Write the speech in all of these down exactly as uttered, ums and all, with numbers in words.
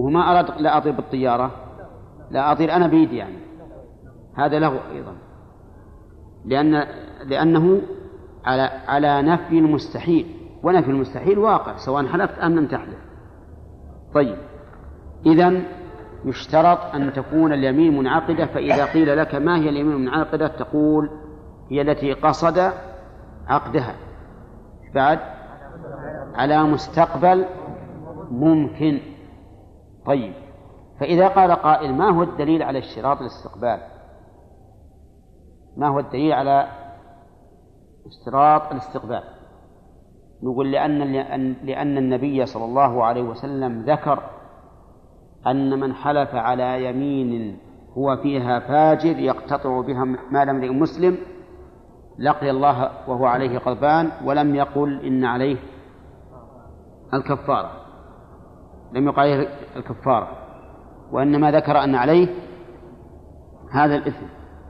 وهو ما أراد لا أطير بالطيارة، لا أطير أنا بيدي يعني، هذا له أيضا، لأن لأنه على على نفي المستحيل، ونفي المستحيل واقع سواء حلفت أم لم تحلف. طيب، إذن يشترط أن تكون اليمين منعقدة. فإذا قيل لك ما هي اليمين المنعقدة تقول هي التي قصد عقدها بعد على مستقبل ممكن. طيب، فإذا قال قائل ما هو الدليل على اشتراط الاستقبال؟ ما هو الدليل على اشتراط الاستقبال؟ نقول لأن لأن النبي صلى الله عليه وسلم ذكر أن من حلف على يمين هو فيها فاجر يقتطع بها مال امرئ مسلم لقي الله وهو عليه غضبان، ولم يقل إن عليه الكفارة، لم يقل عليه الكفارة، وإنما ذكر أن عليه هذا الإثم.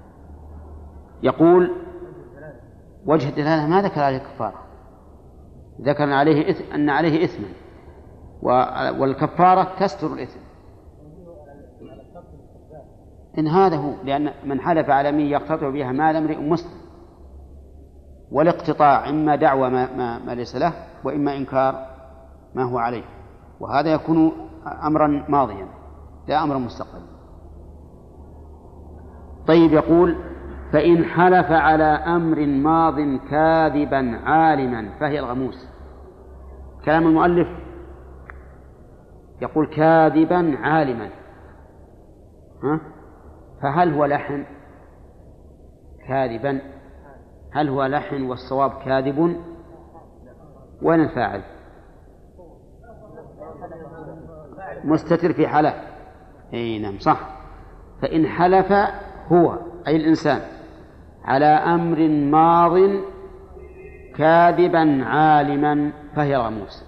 يقول وجه الدلالة ما ذكر عليه كفارة، ذكر أن عليه إثم، أن عليه إثما، والكفارة تستر الإثم. إن هذا هو، لأن من حلف على يمين يقتطع بها مال امرئ مسلم، والاقتطاع إما دعوى ما, ما, ما ليس له، وإما إنكار ما هو عليه، وهذا يكون أمرا ماضيا لا أمرا مستقبلا. طيب، يقول فإن حلف على أمر ماض كاذبا عالما فهي الغموس. كلام المؤلف يقول كاذبا عالما، ها؟ فهل هو لحن؟ كاذبا هل هو لحن والصواب كاذب؟ وين الفاعل؟ مستتر في حلف. اي نعم صح. فإن حلف هو أي الإنسان على أمر ماض كاذبا عالما فهي الغموس.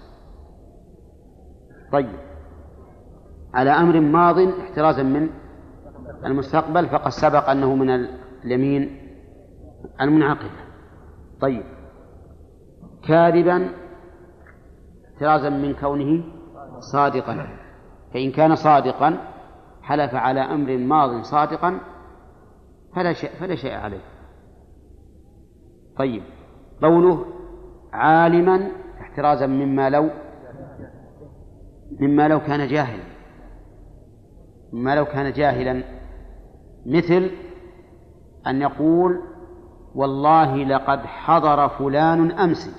طيب، على أمر ماض احترازا من المستقبل، فقد سبق أنه من اليمين المنعقدة. طيب، كاذبا احترازا من كونه صادقا، فإن كان صادقا حلف على أمر ماض صادقا فلا شيء, فلا شيء عليه. طيب، قوله عالما احترازا مما لو مما لو كان جاهلا مما لو كان جاهلا مثل أن يقول والله لقد حضر فلان أمس.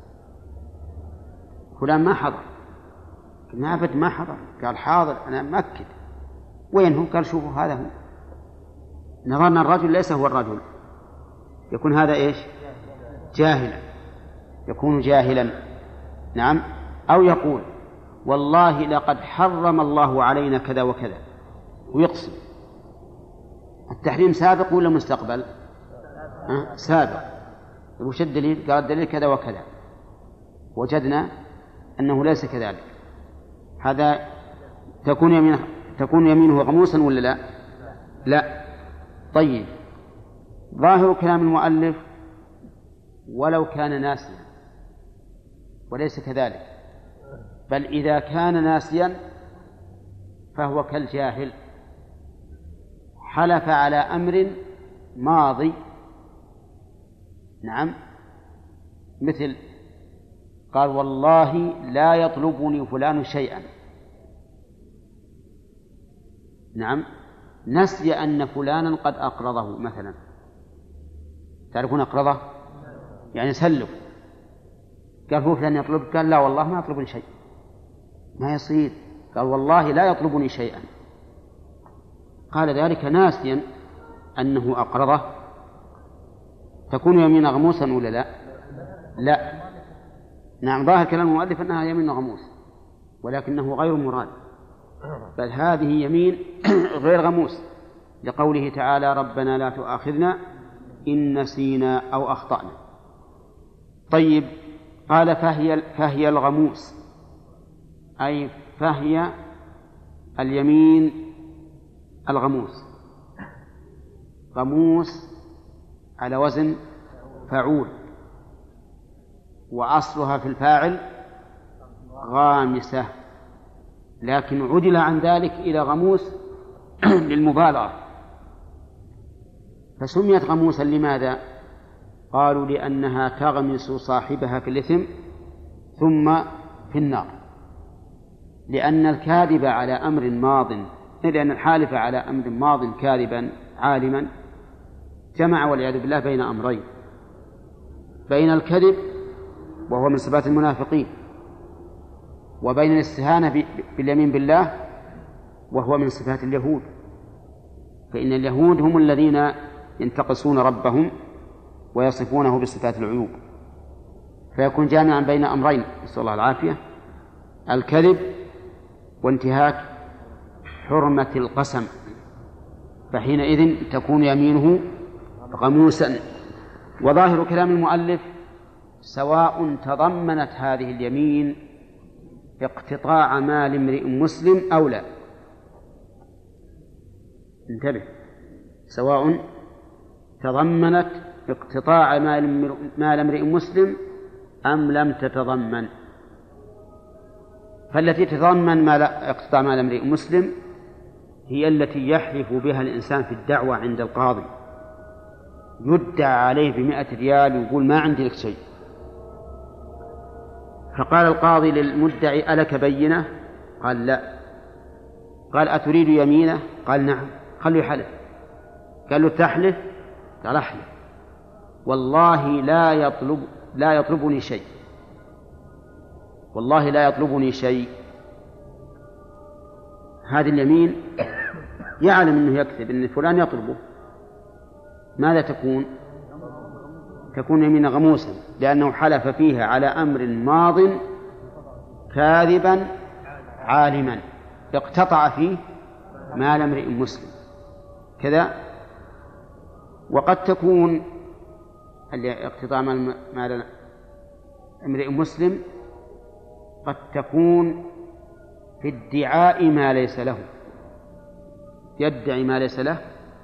فلان ما حضر، ما أبد ما حضر، قال حاضر أنا مأكد. وين هو؟ قال شوفوا هذا هو. نظرنا الرجل ليس هو الرجل، يكون هذا إيش؟ جاهلا، يكون جاهلا. نعم. أو يقول والله لقد حرم الله علينا كذا وكذا ويقسم. التحريم سابق ولا مستقبل؟ أه؟ سابق. وش الدليل؟ قال الدليل كذا وكذا، وجدنا أنه ليس كذلك. هذا تكون يمينه تكون يمينه غموسا ولا لا؟ لا. طيب، ظاهر كلام المؤلف ولو كان ناسيا، وليس كذلك، بل إذا كان ناسيا فهو كالجاهل. حلف على أمر ماضي، نعم، مثل قال والله لا يطلبني فلان شيئا، نعم، نسي أن فلانا قد أقرضه مثلا. تعرفون أقرضه؟ يعني سلف. قال هو فلان يطلب؟ قال لا والله ما يطلبني شيء. ما يصير. قال والله لا يطلبني شيئا. قال ذلك ناسيا أنه أقرضه. تكون يمين غموسا ولا لا؟ لا. نعم، ظاهر كلام المؤلف أنها يمين غموس، ولكنه غير مراد، بل هذه يمين غير غموس، لقوله تعالى ربنا لا تؤاخذنا إن نسينا أو أخطأنا. طيب، قال فهي, فهي الغموس، أي فهي اليمين الغموس. غموس على وزن فعول، وأصلها في الفاعل غامسة. لكن عدل عن ذلك إلى غموس للمبالغة، فسميت غموسا. لماذا؟ قالوا لأنها تغمس صاحبها في الإثم ثم في النار، لأن الكاذب على أمر ماض لأن الحالف على أمر ماض كاذبا عالما جمع والعياذ بالله بين أمرين، بين الكذب وهو من صفات المنافقين، وبين الاستهانة باليمين بالله وهو من صفات اليهود، فإن اليهود هم الذين ينتقصون ربهم ويصفونه بصفات العيوب، فيكون جامعا بين أمرين نسأل الله العافية: الكذب وانتهاك حرمة القسم، فحينئذ تكون يمينه غموسا. وظاهر كلام المؤلف: سواء تضمنت هذه اليمين اقتطاع مال امرئ مسلم أو لا. انتبه، سواء تضمنت اقتطاع مال امرئ مسلم أم لم تتضمن. فالتي تتضمن مال اقتطاع مال امرئ مسلم هي التي يحلف بها الإنسان في الدعوة عند القاضي، يدعى عليه بمئة ريال ويقول ما عندي لك شيء، فقال القاضي للمدعي: ألك بينة؟ قال: لا. قال: أتريد يمينه؟ قال: نعم. خلوا يحلف. قال له: تحلف؟ قال: أحلف والله لا يطلب لا يطلبني شيء، والله لا يطلبني شيء. هذه اليمين يعلم أنه يكذب، أن فلان يطلبه، ماذا تكون؟ تكون يمين غموسا، لأنه حلف فيها على أمر ماض كاذبا عالما اقتطع فيه مال امرئ مسلم كذا. وقد تكون اقتطاع مال امرئ مسلم قد تكون في ادعاء ما ليس له، يدعي ما ليس له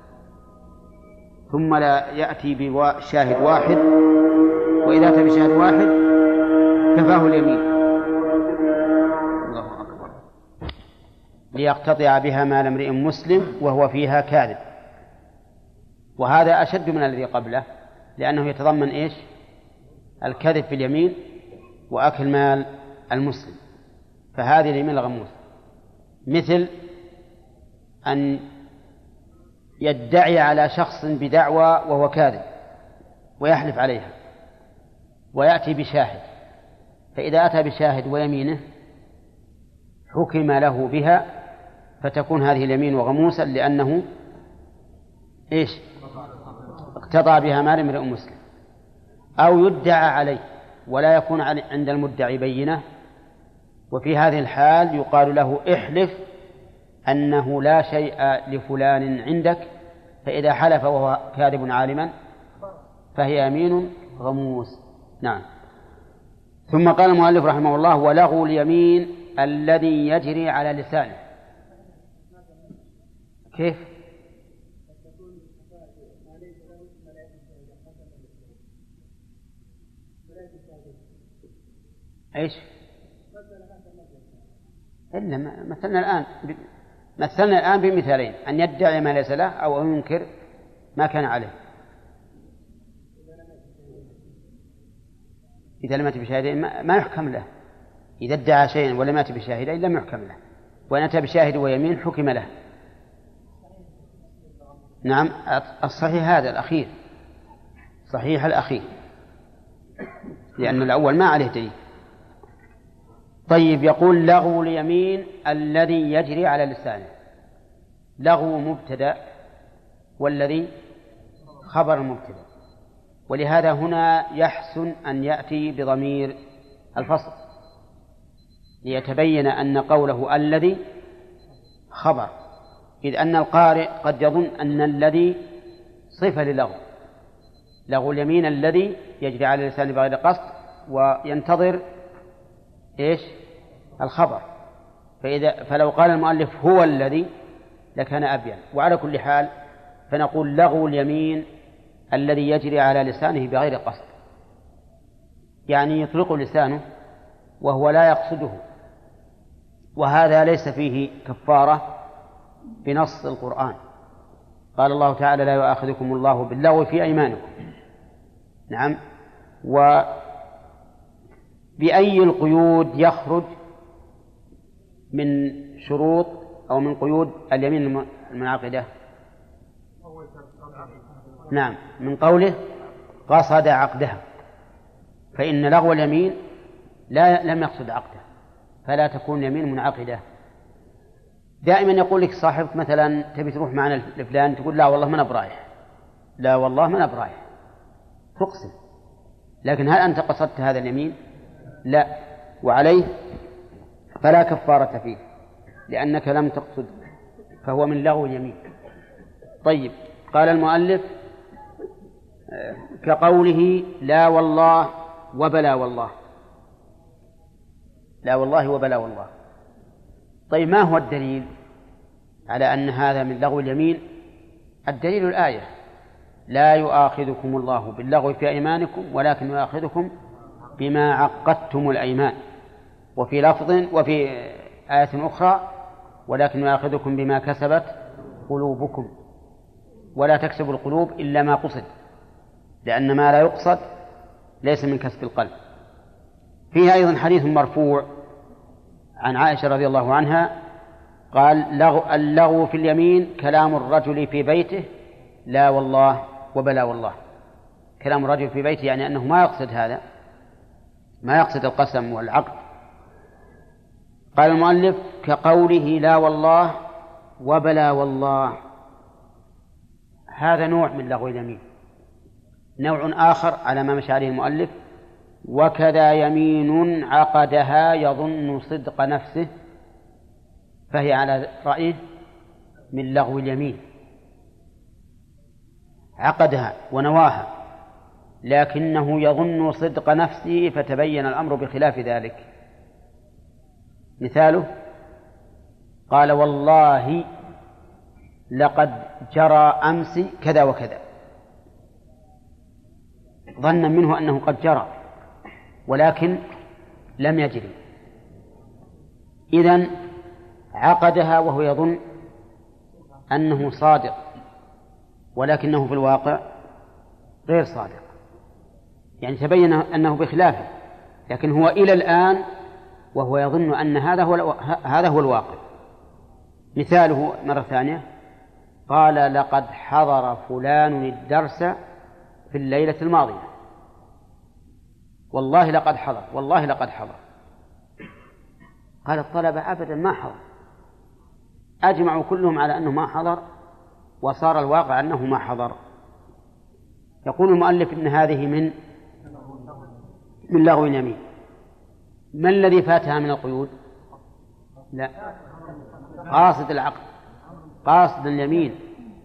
ثم لا يأتي بشاهد واحد، وإذا أتى بشاهد واحد كفاه اليمين. الله أكبر. ليقتطع بها مال امرئ مسلم وهو فيها كاذب، وهذا أشد من الذي قبله، لأنه يتضمن إيش؟ الكذب في اليمين وأكل مال المسلم. فهذه اليمين الغموس، مثل أن يدعي على شخص بدعوى وهو كاذب ويحلف عليها ويأتي بشاهد، فإذا أتى بشاهد ويمينه حكم له بها، فتكون هذه اليمين غموسا، لأنه إيش؟ اقتطع بها مال امرئ مسلم. أو يدعى عليه ولا يكون عند المدعي بينة، وفي هذه الحال يقال له: احلف أنه لا شيء لفلان عندك، فإذا حلف وهو كاذب عالما فهي يمين غموس. نعم. ثم قال المؤلف رحمه الله: ولغو اليمين الذي يجري على لسانه. كيف؟ ايش؟ إلا مثلنا الآن مثلنا الآن بمثالين: أن يدعي ما ليس له أو ينكر ما كان عليه. إذا لم يأتي بشاهدين ما يحكم له، إذا ادعى شيئا ولم يأتي بشاهدين لم يحكم له، وإن أتى بشاهد ويمين حكم له. نعم، الصحيح هذا الأخير، صحيح الأخير، لأن الأول ما عليه دليل. طيب، يقول: لغو اليمين الذي يجري على لسانه. لغو مبتدأ، والذي خبر المبتدأ، ولهذا هنا يحسن أن يأتي بضمير الفصل ليتبين أن قوله الذي خبر، إذ أن القارئ قد يظن أن الذي صفة للغو. لغو اليمين الذي يجري على لسانه بغير قصد، وينتظر إيش؟ الخبر. فإذا فلو قال المؤلف هو الذي لكان أبين. وعلى كل حال فنقول لغو اليمين الذي يجري على لسانه بغير قصد، يعني يطلق لسانه وهو لا يقصده، وهذا ليس فيه كفارة بنص القرآن. قال الله تعالى: لا يؤاخذكم الله باللغو في أيمانكم. نعم. وبأي القيود يخرج من شروط أو من قيود اليمين المنعقدة؟ نعم، من قوله قصد عقدها، فإن لغو اليمين لا لم يقصد عقده، فلا تكون يمين منعقدة. دائما يقول لك صاحبك مثلا: تبي تروح معنا لفلان، تقول: لا والله ما أنا برايح، لا والله ما أنا برايح، تقسم، لكن هل أنت قصدت هذا اليمين؟ لا، وعليه فلا كفارة فيه لأنك لم تقصد، فهو من لغو اليمين. طيب، قال المؤلف: كقوله لا والله وبلا والله، لا والله وبلا والله. طيب، ما هو الدليل على أن هذا من لغو اليمين؟ الدليل الآية: لا يؤاخذكم الله باللغو في أيمانكم ولكن يؤاخذكم بما عقدتم الأيمان. وفي لفظ وفي آية أخرى: ولكن يؤاخذكم بما كسبت قلوبكم، ولا تكسب القلوب إلا ما قصد، لأن ما لا يقصد ليس من كسب القلب. فيها أيضا حديث مرفوع عن عائشة رضي الله عنها قال: لغو اللغو في اليمين كلام الرجل في بيته لا والله وبلا والله. كلام الرجل في بيته يعني أنه ما يقصد هذا، ما يقصد القسم والعقد. قال المؤلف: كقوله لا والله وبلا والله، هذا نوع من لغو اليمين. نوع آخر على ما مشى عليه المؤلف: وكذا يمين عقدها يظن صدق نفسه، فهي على رأيه من لغو اليمين، عقدها ونواها لكنه يظن صدق نفسه فتبين الأمر بخلاف ذلك. مثاله: قال: والله لقد جرى أمس كذا وكذا، ظنا منه أنه قد جرى ولكن لم يجري، إذن عقدها وهو يظن أنه صادق ولكنه في الواقع غير صادق، يعني تبين أنه بخلافه، لكن هو إلى الآن وهو يظن أن هذا هو هذا هو الواقع. مثاله مرة ثانية: قال: لقد حضر فلان الدرس في الليلة الماضية. والله لقد حضر، والله لقد حضر. قال الطلبة: أبدا ما حضر، أجمعوا كلهم على أنه ما حضر، وصار الواقع أنه ما حضر. يقول المؤلف إن هذه من من لغو اليمين. ما الذي فاتها من القيود؟ لا، قاصد العقد، قاصد اليمين.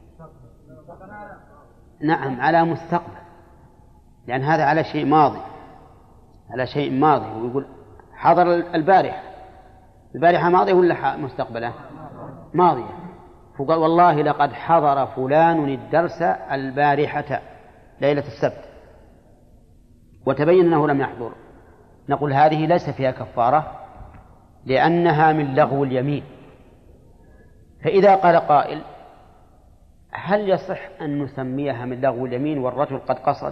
نعم، على مستقبل، لأن هذا على شيء ماضي، على شيء ماضي. ويقول حضر البارحة، البارحة ماضية ولا مستقبلة؟ ماضية. فقال: والله لقد حضر فلان الدرس البارحة ليلة السبت، وتبين أنه لم يحضر. نقول هذه ليس فيها كفارة لأنها من لغو اليمين. فإذا قال قائل: هل يصح أن نسميها من لغو اليمين والرجل قد قصد؟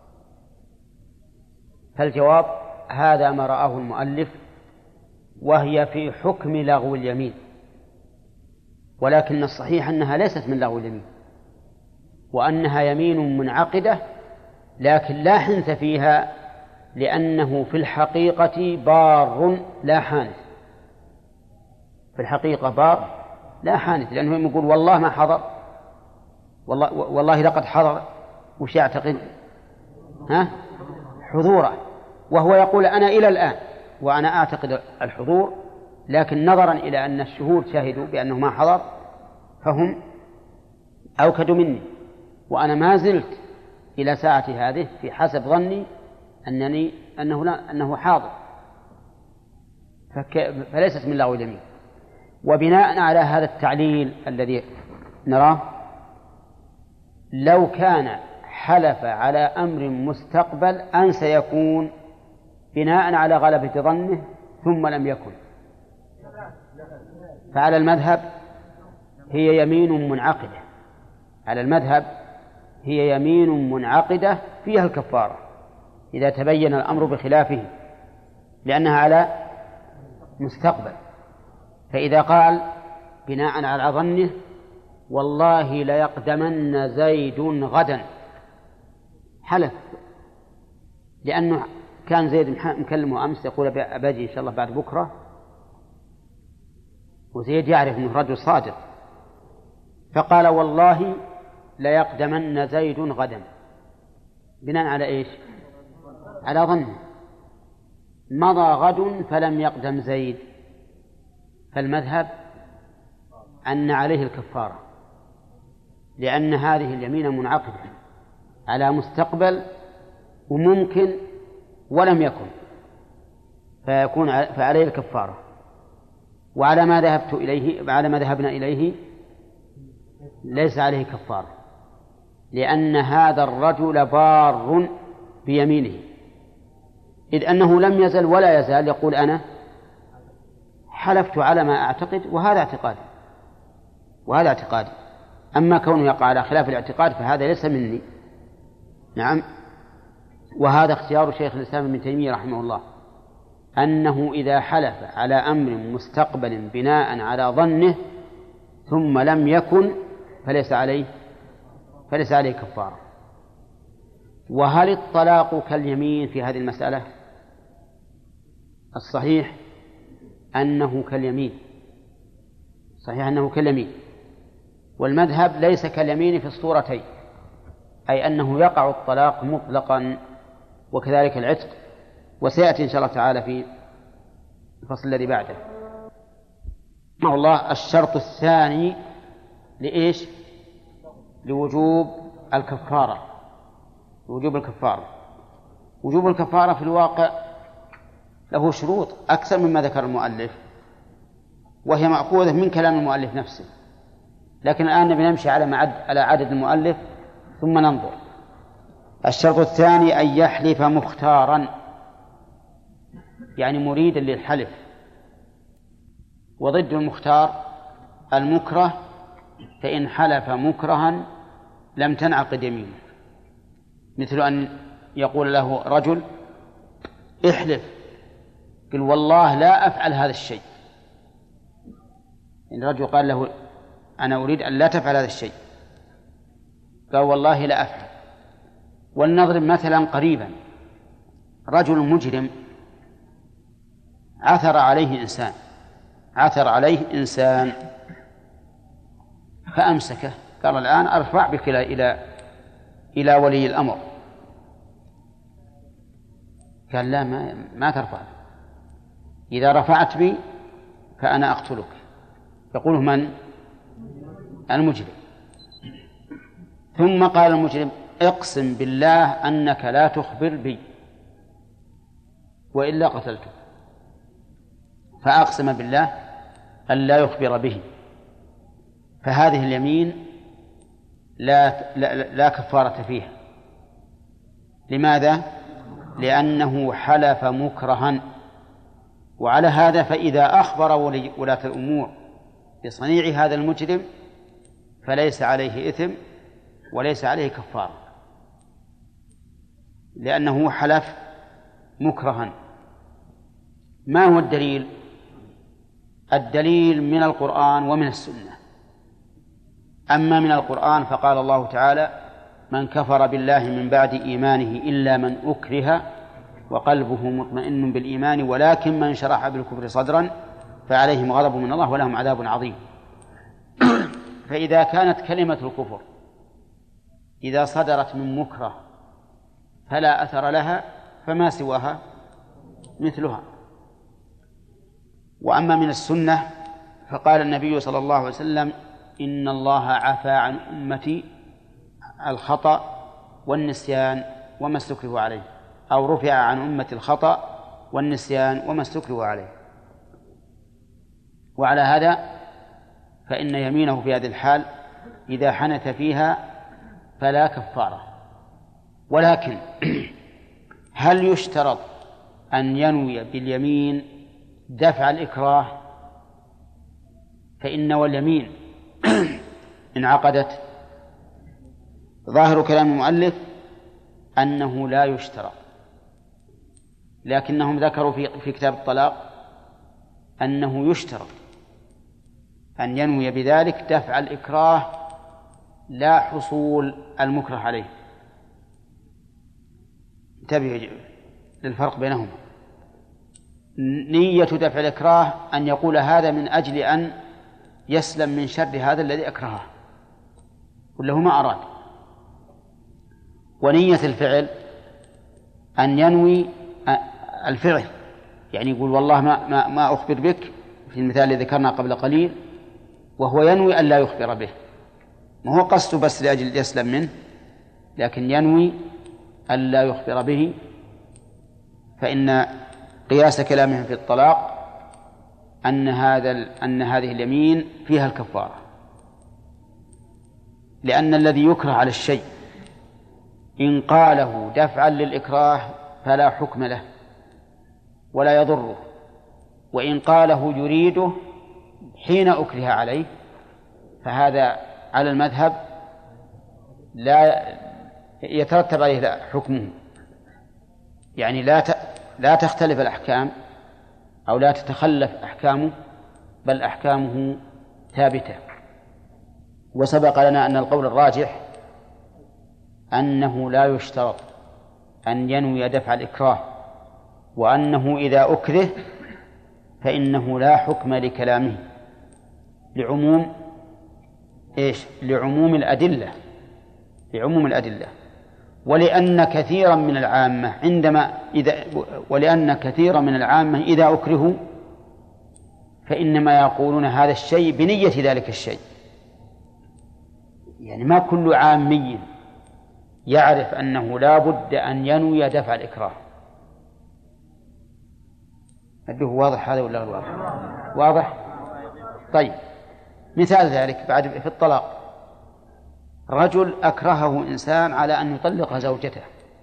فالجواب: هذا ما رآه المؤلف، وهي في حكم لغو اليمين، ولكن الصحيح أنها ليست من لغو اليمين، وأنها يمين منعقدة، لكن لا حنث فيها، لأنه في الحقيقة بار لا حانث. في الحقيقة بار لا حانث، لأنه يقول والله ما حضر، والله, والله لقد حضر، وش يعتقد؟ ها؟ حضوره، وهو يقول أنا إلى الآن وأنا أعتقد الحضور، لكن نظرا إلى أن الشهود شهدوا بأنه ما حضر فهم أوكدوا مني، وأنا ما زلت إلى ساعة هذه في حسب ظني أنني أنه لا أنه حاضر، فليست من لغو اليمين. وبناء على هذا التعليل الذي نراه، لو كان حلف على أمر مستقبل أن سيكون بناء على غلبة ظنه ثم لم يكن، فعلى المذهب هي يمين منعقدة، على المذهب هي يمين منعقدة فيها الكفارة إذا تبين الأمر بخلافه، لأنها على مستقبل. فإذا قال بناء على ظنه والله ليقدمن زيد غدا، حلف لأنه كان زيد مكلمه أمس يقول أبجي إن شاء الله بعد بكرة، وزيد يعرف أنه رجل صادق، فقال والله ليقدمن زيد غدا، بناء على إيش؟ على ظنه. مضى غد فلم يقدم زيد، فالمذهب أن عليه الكفارة، لأن هذه اليمين منعقدة على مستقبل وممكن ولم يكن، فيكون فعليه الكفارة. وعلى ما ذهبت إليه على ما ذهبنا إليه ليس عليه كفارة، لأن هذا الرجل بار بيمينه، إذ أنه لم يزل ولا يزال يقول أنا حلفت على ما أعتقد وهذا اعتقادي وهذا اعتقادي. أما كونه يقع على خلاف الاعتقاد فهذا ليس مني. نعم. وهذا اختيار شيخ الإسلام ابن تيمية رحمه الله، أنه إذا حلف على أمر مستقبل بناء على ظنه ثم لم يكن فليس عليه فليس عليه كفارة. وهل الطلاق كاليمين في هذه المسألة؟ الصحيح أنه كاليمين، صحيح أنه كاليمين، والمذهب ليس كاليمين في الصورتين، أي أنه يقع الطلاق مطلقا وكذلك العتق، وسيأتي إن شاء الله تعالى في الفصل الذي بعده. الله الشرط الثاني لإيش؟ لوجوب الكفارة. وجوب الكفارة وجوب الكفارة في الواقع له شروط أكثر مما ذكر المؤلف، وهي مأخوذة من كلام المؤلف نفسه، لكن الآن نبي نمشي على على عدد المؤلف ثم ننظر. الشرط الثاني أن يحلف مختارا، يعني مريدا للحلف، وضد المختار المكره، فإن حلف مكرها لم تنعقد يمينه، مثل أن يقول له رجل احلف، قل والله لا أفعل هذا الشيء، إن رجل قال له أنا أريد أن لا تفعل هذا الشيء، قال والله لا أفعل. ولنضرب مثلا قريبا، رجل مجرم عثر عليه إنسان عثر عليه إنسان فأمسكه، قال الآن أرفع بك إلى إلى ولي الأمر، قال لا ما, ما ترفع، إذا رفعت بي فأنا أقتلك. يقوله من؟ المجرم. ثم قال المجرم اقسم بالله أنك لا تخبر بي وإلا قتلتك، فأقسم بالله أن لا يخبر به، فهذه اليمين لا, لا, لا كفارة فيها. لماذا؟ لأنه حلف مكرها. وعلى هذا فإذا أخبر ولاة الأمور بصنيع هذا المجرم فليس عليه إثم وليس عليه كفارة، لأنه حلف مكرها. ما هو الدليل؟ الدليل من القرآن ومن السنة. أما من القرآن فقال الله تعالى من كفر بالله من بعد إيمانه إلا من أكره وقلبه مطمئن بالإيمان ولكن من شرح بالكفر صدرا فعليهم غضب من الله ولهم عذاب عظيم. فإذا كانت كلمة الكفر إذا صدرت من مكره فلا أثر لها فما سواها مثلها. وأما من السنة فقال النبي صلى الله عليه وسلم إن الله عفى عن أمتي الخطأ والنسيان وما استكرهوا عليه، أو رفع عن أمتي الخطأ والنسيان وما استكرهوا عليه. وعلى هذا فإن يمينه في هذه الحال إذا حنث فيها فلا كفارة. ولكن هل يشترط أن ينوي باليمين دفع الإكراه فإن واليمين انعقدت. ظاهر كلام المؤلف أنه لا يشترط، لكنهم ذكروا في في كتاب الطلاق أنه يشترط أن ينوي بذلك دفع الإكراه لا حصول المكره عليه. انتبهوا للفرق بينهما. نية دفع الإكراه أن يقول هذا من أجل أن يسلم من شر هذا الذي أكرهه وله ما أراد. ونية الفعل أن ينوي الفعل، يعني يقول والله ما, ما, ما أخبر بك في المثال الذي ذكرنا قبل قليل، وهو ينوي أن لا يخبر به، ما هو قصده بس لأجل يسلم منه، لكن ينوي أن لا يخبر به. فإن قياس كلامهم في الطلاق أن هذا أن هذه اليمين فيها الكفارة، لأن الذي يكره على الشيء إن قاله دفعا للإكراه فلا حكم له ولا يضره، وإن قاله يريده حين أكره عليه فهذا على المذهب لا يترتب عليه حكمه، يعني لا لا تختلف الأحكام أو لا تتخلف أحكامه، بل أحكامه ثابتة. وسبق لنا أن القول الراجح أنه لا يشترط أن ينوي دفع الإكراه، وأنه إذا أكره فإنه لا حكم لكلامه لعموم إيش؟ لعموم الأدلة لعموم الأدلة ولأن كثيرا من العامة عندما إذا ولأن كثيرا من العامة إذا أكرهوا فإنما يقولون هذا الشيء بنية ذلك الشيء، يعني ما كل عامي يعرف أنه لا بد أن ينوي دفع الإكراه. هل هو واضح هذا ولا واضح؟ واضح؟ طيب، مثال ذلك بعد في الطلاق، رجل أكرهه إنسان على أن يطلق زوجته،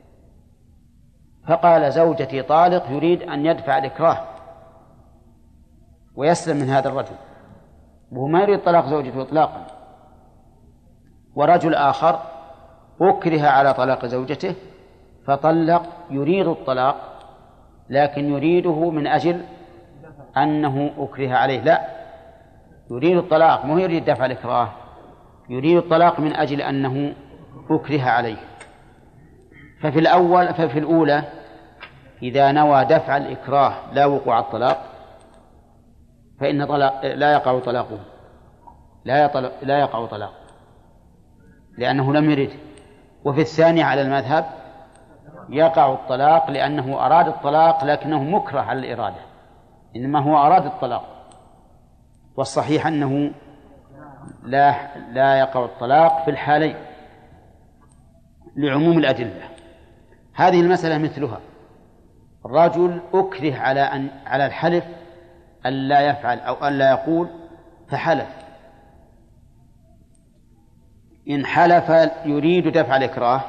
فقال زوجتي طالق، يريد أن يدفع الإكراه ويسلم من هذا الرجل، وهو ما يريد طلاق زوجته إطلاقا. ورجل آخر أكره على طلاق زوجته فطلق، يريد الطلاق لكن يريده من أجل أنه أكره عليه، لا، يريد الطلاق مو يريد دفع الإكراه، يريد الطلاق من أجل أنه أكره عليه. ففي الأول ففي الأولى إذا نوى دفع الإكراه لا وقوع الطلاق فإن طلاق لا يقع طلاقه لا يطلق لا يقع طلاق لأنه لم يرد. وفي الثاني على المذهب يقع الطلاق لأنه أراد الطلاق لكنه مكره على الإرادة، إنما هو أراد الطلاق. والصحيح أنه لا لا يقع الطلاق في الحالين لعموم الأدلة. هذه المسألة مثلها، الرجل أكره على أن على الحلف أن لا يفعل أو أن لا يقول فحلف، إن حلف يريد دفع الإكراه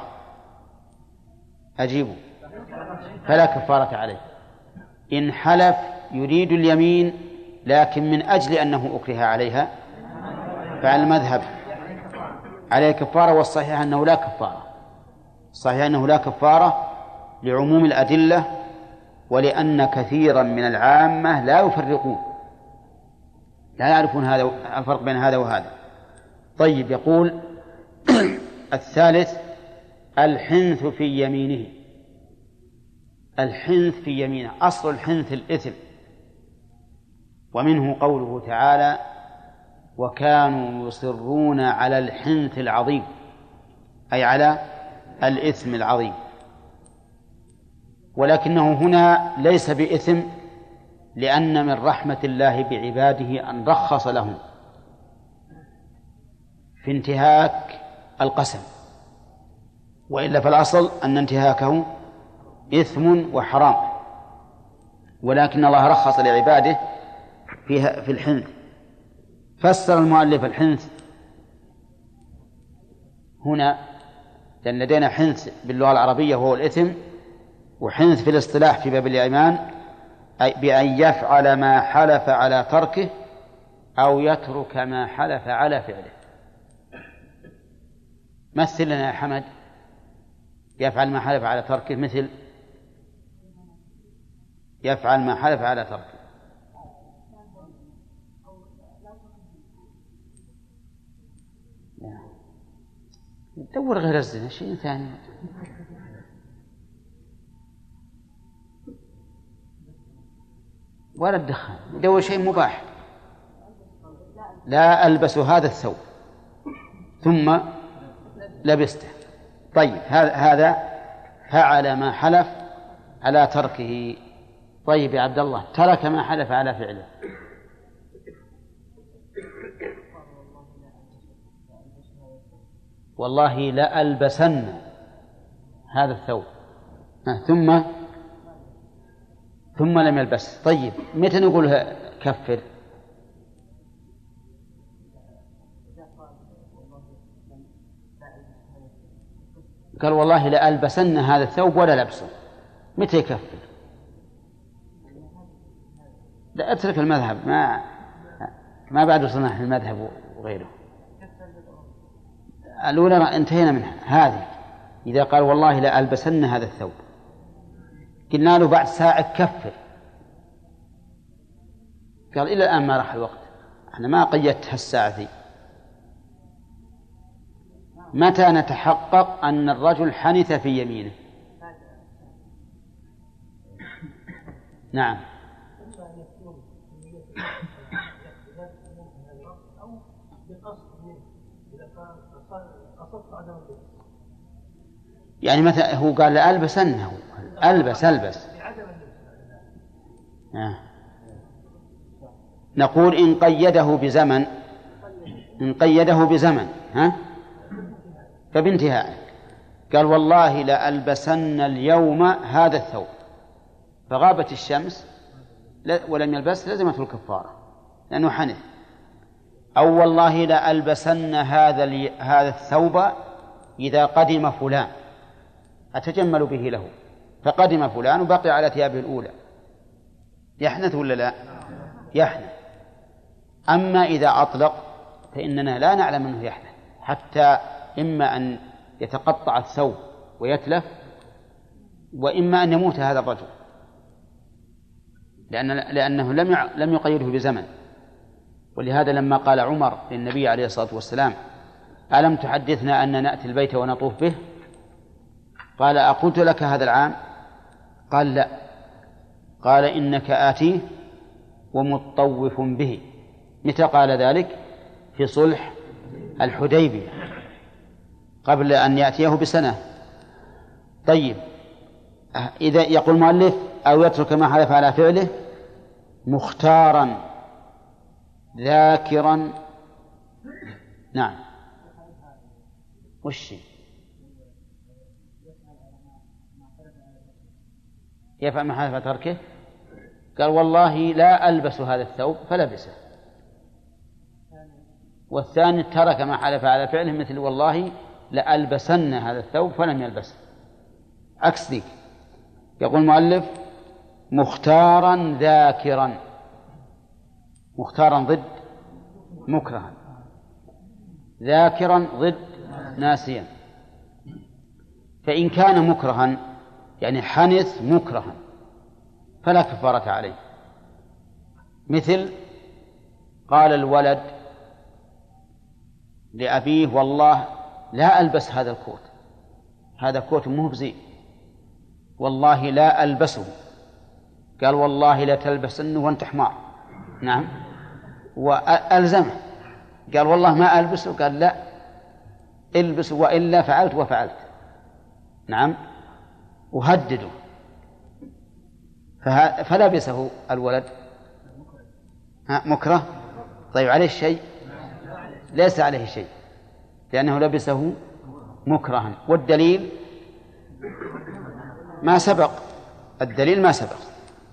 أجيبه فلا كفارة عليه، إن حلف يريد اليمين لكن من أجل أنه أكره عليها فعلى المذهب عليه كفارة. والصحيح أنه لا كفارة صحيح أنه لا كفارة لعموم الأدلة، ولأن كثيرا من العامة لا يفرقون لا يعرفون هذا الفرق بين هذا وهذا. طيب، يقول الثالث الحنث في يمينه. الحنث في يمينه، أصل الحنث الإثم، ومنه قوله تعالى وكانوا يصرون على الحنث العظيم، أي على الإثم العظيم. ولكنه هنا ليس بإثم، لأن من رحمة الله بعباده أن رخص لهم في انتهاك القسم، وإلا فالأصل أن انتهاكه إثم وحرام، ولكن الله رخص لعباده فيها في الحنث. فسر المؤلف الحنث هنا، لأن لدينا حنث باللغة العربية وهو الإثم، وحنث في الاصطلاح في باب الأيمان أي بأن يفعل ما حلف على تركه أو يترك ما حلف على فعله. مثل لنا يا حمد، يفعل ما حلف على تركه، مثل يفعل ما حلف على تركه. دور غير الزنا شيء ثاني. ولا الدخان، دور شيء مباح. لا ألبس هذا الثوب ثم لبسته. طيب هذا هذا فعل ما حلف على تركه. طيب يا عبد الله، ترك ما حلف على فعله. والله لألبسن هذا الثوب ثم ثم لم يلبس. طيب متى نقول كفر؟ قال والله لألبسن هذا الثوب ولا لبسه، متى يكفر؟ لا اترك المذهب، ما ما بعد وصلنا في المذهب وغيره. الأولى انتهينا منها. هذه إذا قال والله لألبسن هذا الثوب، قلنا له بعد ساعة كفر، قال إلى الآن ما راح الوقت، أنا ما قيدت هالساعة ذي. متى نتحقق أن الرجل حنث في يمينه؟ نعم. يعني مثلا هو قال لألبسنه، ألبس ألبس آه. نقول إن قيده بزمن، إن قيده بزمن ها فبانتهاء. قال والله لألبسن اليوم هذا الثوب، فغابت الشمس ولم يلبس، لزمته الكفارة لأنه حنث. أو والله لألبسن هذا هذا الثوب إذا قدم فلان، أتجمل به له، فقدم فلان وبقي على ثيابه الأولى، يحنث ولا لا؟ يحنث. أما إذا أطلق فإننا لا نعلم أنه يحنث، حتى إما أن يتقطع الثوب ويتلف، وإما أن يموت هذا الرجل، لأن لأنه لم لم يقيده بزمن. ولهذا لما قال عمر للنبي عليه الصلاة والسلام ألم تحدثنا أن نأتي البيت ونطوف به؟ قال أقلت لك هذا العام؟ قال لا. قال إنك آتيه ومطوف به. متى قال ذلك؟ في صلح الحديبية قبل أن يأتيه بسنة. طيب إذا يقول المؤلف أو يترك ما حلف على فعله مختارا ذاكرا. نعم. وش يفعل ما حلف على تركه؟ قال والله لا ألبس هذا الثوب فلبسه. والثاني ترك ما حلف على فعله، مثل والله لألبسن هذا الثوب فلم يلبسه، عكس ذيك. يقول المؤلف مختارا ذاكرا. مختارا ضد مكرها، ذاكرا ضد ناسيا. فإن كان مكرها يعني حنث مكرها فلا كفارة عليه. مثل قال الولد لأبيه والله لا ألبس هذا الكوت، هذا كوت مو بزين، والله لا ألبسه. قال والله لا تلبسنه وانت حمار. نعم. وألزمه قال والله ما ألبسه، قال لا البس وإلا فعلت وفعلت. نعم. وهدده فلبسه الولد مكره. طيب عليه شيء؟ ليس عليه شيء لأنه لبسه مكرها. والدليل ما سبق، الدليل ما سبق،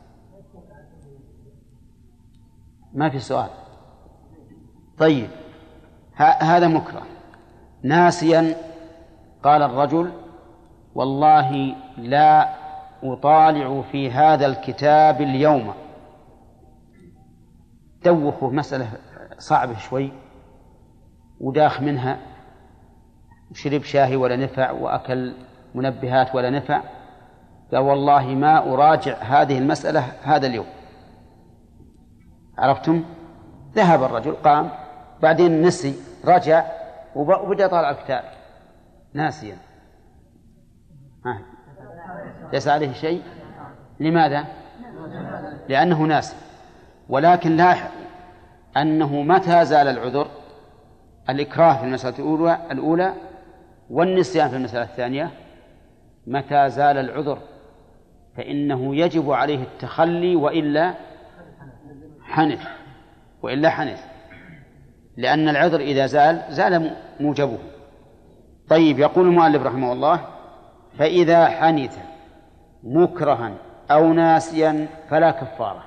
ما في سؤال. طيب هذا مكره ناسيا. قال الرجل والله لا أطالع في هذا الكتاب اليوم. دوخوا مسألة صعبة شوي وداخ منها، شرب شاهي ولا نفع، وأكل منبهات ولا نفع، قال والله ما أراجع هذه المسألة هذا اليوم. عرفتم؟ ذهب الرجل قام، بعدين نسي، رجع وبدأ طالع الكتاب ناسيا، ليس عليه شيء. لماذا؟ لأنه ناسي. ولكن لاحظ أنه متى زال العذر؟ الإكراه في المسألة الأولى الأولى والنسيان في المسألة الثانية. متى زال العذر فإنه يجب عليه التخلي، وإلا حنث وإلا حنث لأن العذر إذا زال زال موجبه. طيب، يقول المؤلف رحمه الله: فإذا حنث مكرها أو ناسيا فلا كفارة.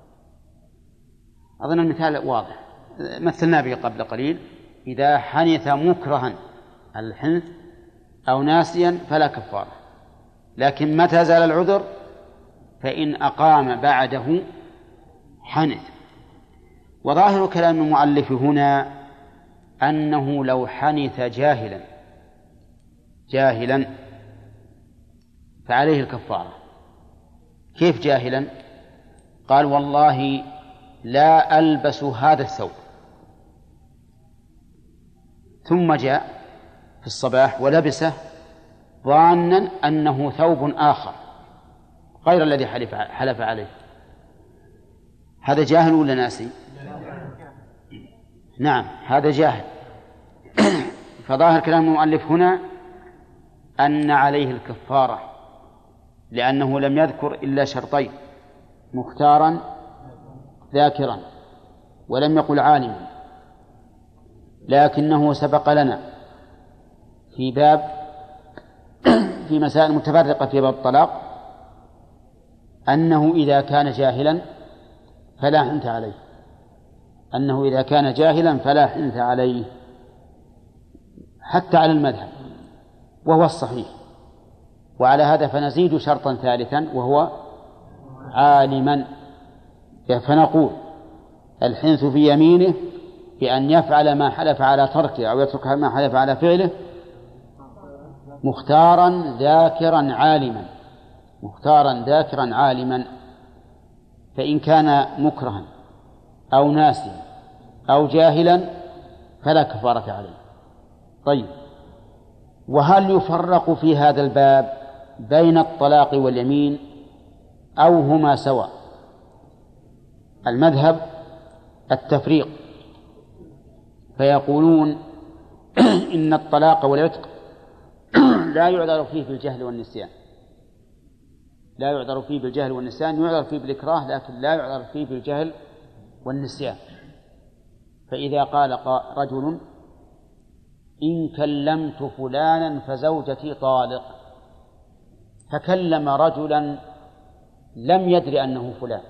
أظن المثال واضح، مثلنا به قبل قليل. إذا حنث مكرها الحنث أو ناسيا فلا كفارة، لكن متى زال العذر فإن أقام بعده حنث. وظاهر كلام المؤلف هنا أنه لو حنث جاهلا جاهلا فعليه الكفارة. كيف جاهلا؟ قال والله لا ألبس هذا الثوب، ثم جاء في الصباح ولبسه ظانا أنه ثوب آخر غير الذي حلف حلف عليه. هذا جاهل ولا ناسي؟ نعم، هذا جاهل. فظاهر كلام المؤلف هنا أن عليه الكفارة، لأنه لم يذكر إلا شرطين: مختارا ذاكرا، ولم يقل عالما. لكنه سبق لنا في باب في مسائل متفرقة في باب الطلاق أنه إذا كان جاهلا فلا حنث عليه أنه إذا كان جاهلا فلا حنث عليه حتى على المذهب، وهو الصحيح. وعلى هذا فنزيد شرطا ثالثا وهو عالما، فنقول الحنث في يمينه بأن يفعل ما حلف على تركه أو يترك ما حلف على فعله مختارا ذاكرا عالما مختارا ذاكرا عالما. فإن كان مكرها أو ناسيا أو جاهلا فلا كفارة عليه. طيب، وهل يفرق في هذا الباب بين الطلاق واليمين أو هما سواء؟ المذهب التفريق، فيقولون إن الطلاق والعتق لا يعذر فيه بالجهل والنسيان لا يعذر فيه بالجهل والنسيان يعذر فيه بالإكراه، لكن لا يعذر فيه بالجهل والنسيان. فإذا قال رجل إن كلمت فلانا فزوجتي طالق، فكلم رجلا لم يدري أنه فلان،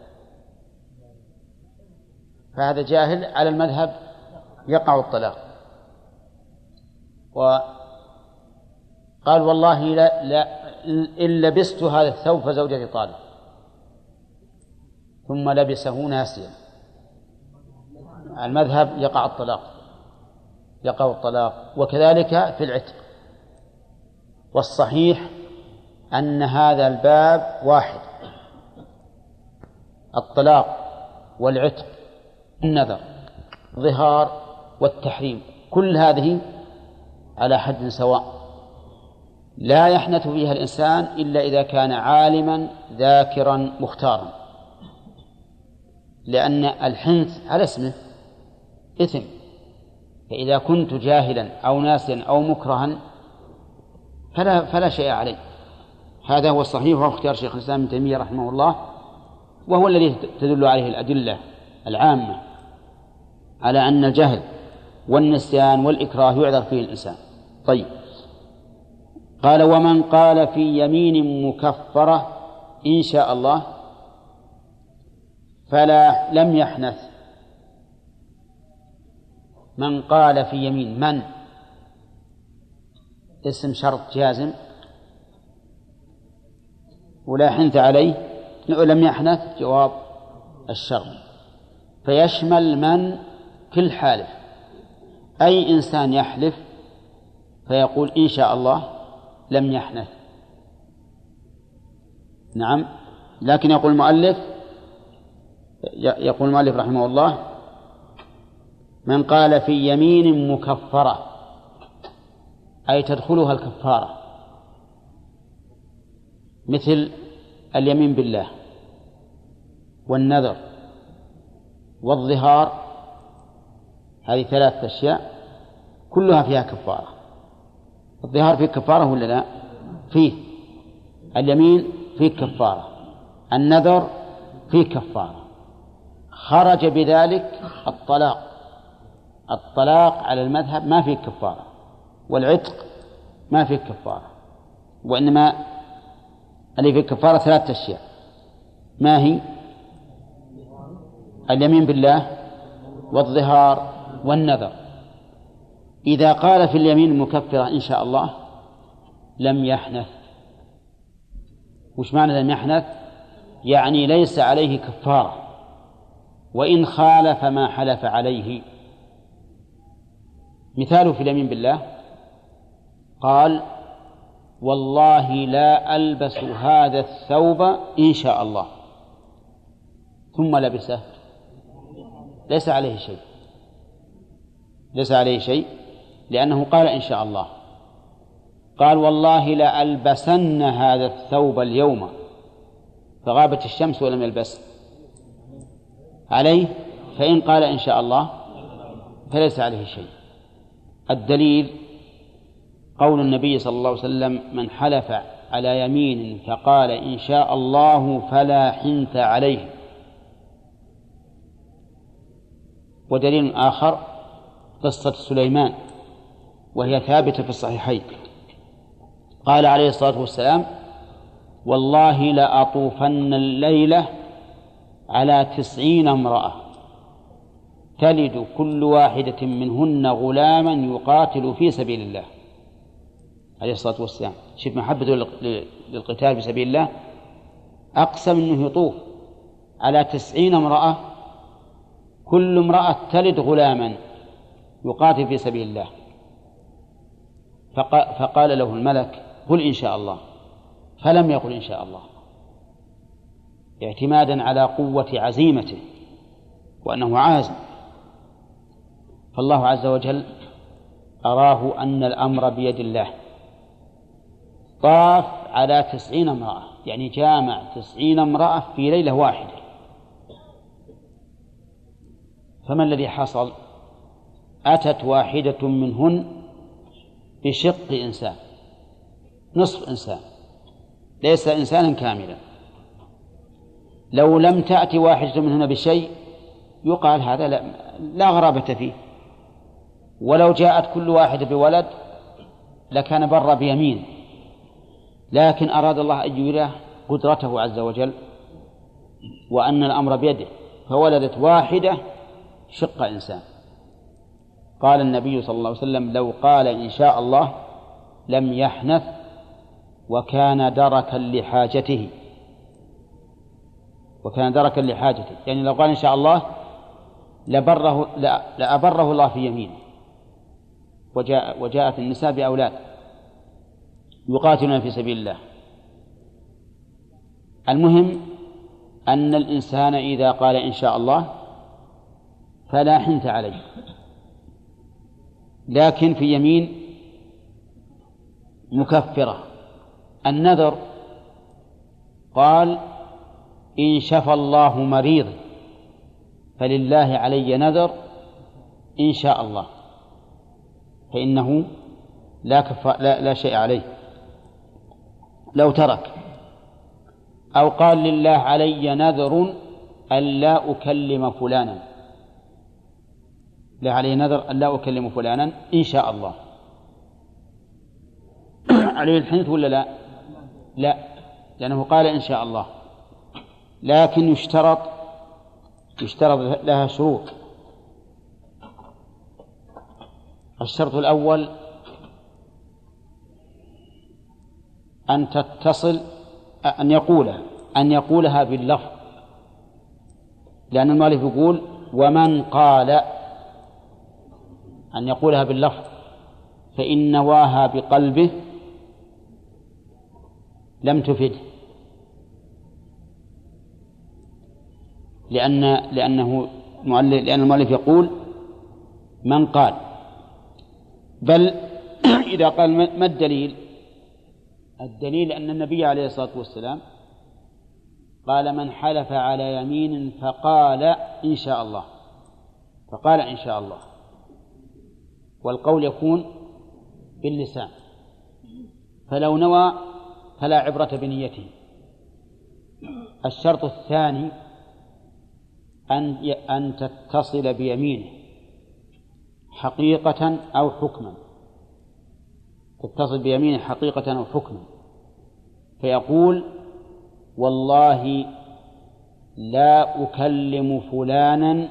فهذا جاهل، على المذهب يقع الطلاق. وقال والله لا, لا إن لبست هذا الثوب فزوجتي طالق، ثم لبسه ناسيا، المذهب يقع الطلاق يقع الطلاق وكذلك في العتق. والصحيح أن هذا الباب واحد، الطلاق والعتق، النذر، الظهار والتحريم، كل هذه على حد سواء، لا يحنث فيها الإنسان إلا إذا كان عالما ذاكرا مختارا، لأن الحنث على اسمه إثم. فإذا كنت جاهلا أو ناسيا أو مكرها فلا, فلا شيء عليه. هذا هو الصحيح، وهو اختيار شيخ الإسلام ابن تيمية رحمه الله، وهو الذي تدل عليه الأدلة العامة على أن الجهل والنسيان والإكراه يعذر فيه الإنسان. طيب، قال ومن قال في يمين مكفرة إن شاء الله فلا لم يحنث. من قال في يمين، من اسم شرط جازم ولا حنث عليه، لم يحنث جواب الشرط، فيشمل من كل حالف. أي إنسان يحلف فيقول إن شاء الله لم يحنث. نعم، لكن يقول المؤلف يقول المؤلف رحمه الله: من قال في يمين مكفرة، أي تدخلها الكفارة، مثل اليمين بالله والنذر والظهار، هذه ثلاثة أشياء كلها فيها كفارة. الظهار فيه كفارة ولا لا؟ فيه. اليمين فيه كفارة، النذر فيه كفارة. خرج بذلك الطلاق. الطلاق على المذهب ما فيه كفارة، والعتق ما فيه كفارة، وإنما اللي فيه كفارة ثلاثة أشياء. ما هي؟ اليمين بالله والظهار والنذر. إذا قال في اليمين المكفرة إن شاء الله لم يحنث. وش معنى لم يحنث؟ يعني ليس عليه كفارة، وإن خالف ما حلف عليه. مثاله في اليمين بالله قال: والله لا ألبس هذا الثوب إن شاء الله، ثم لبسه، ليس عليه شيء، ليس عليه شيء لأنه قال إن شاء الله. قال: والله لا ألبسن هذا الثوب اليوم، فغابت الشمس ولم يلبس عليه، فإن قال إن شاء الله فليس عليه شيء. الدليل قول النبي صلى الله عليه وسلم: من حلف على يمين فقال إن شاء الله فلا حنث عليه. ودليل آخر قصة سليمان، وهي ثابتة في الصحيحين. قال عليه الصلاة والسلام: والله لأطوفن الليلة على تسعين امرأة تلد كل واحدة منهن غلاما يقاتل في سبيل الله. عليه الصلاة والسلام شوف محبته للقتال في سبيل الله، أقسم أنه يطوف على تسعين امرأة، كل امرأة تلد غلاما يقاتل في سبيل الله. فقال له الملك: قل إن شاء الله، فلم يقل إن شاء الله، اعتمادا على قوة عزيمته وأنه عازم. فالله عز وجل أراه أن الأمر بيد الله. طاف على تسعين امرأة، يعني جامع تسعين امرأة في ليلة واحدة. فما الذي حصل؟ أتت واحدة منهن بشق إنسان، نصف إنسان، ليس إنسانا كاملا. لو لم تأتي واحدة منهن بشيء يقال هذا لا, لا غرابة فيه، ولو جاءت كل واحدة بولد لكان بر بيمين، لكن أراد الله أن يريه قدرته عز وجل وأن الأمر بيده، فولدت واحدة شق إنسان. قال النبي صلى الله عليه وسلم: لو قال إن شاء الله لم يحنث، وكان دركا لحاجته، وكان دركا لحاجته، يعني لو قال إن شاء الله لبره لأبره الله في يمينه. وجاء وجاءت النساء بأولاد يقاتلون في سبيل الله. المهم أن الإنسان إذا قال إن شاء الله فلا حنث عليه، لكن في يمين مكفرة. النذر قال: إن شفى الله مريض فلله علي نذر إن شاء الله، فإنه لا, كفا لا, لا شيء عليه لو ترك. أو قال: لله علي نذر ألا أكلم فلانا، لا عليه نذر ألا أكلم فلانا إن شاء الله. عليه الحنث ولا لا؟ لا، لأنه قال إن شاء الله، لكن يشترط يشترط لها شروط. الشرط الأول أن تتصل أن يقولها أن يقولها باللفظ، لأن المؤلف يقول: ومن قال أن يقولها باللفظ فإن نواها بقلبه لم تفده، لأن لأنه لأن المؤلف يقول من قال، بل إذا قال ما الدليل؟ الدليل أن النبي عليه الصلاة والسلام قال من حلف على يمين فقال إن شاء الله، فقال إن شاء الله، والقول يكون باللسان، فلو نوى فلا عبرة بنيته. الشرط الثاني أن أن تتصل بيمينه حقيقة أو حكما، تتصل بيمينه حقيقة أو حكما، فيقول والله لا أكلم فلانا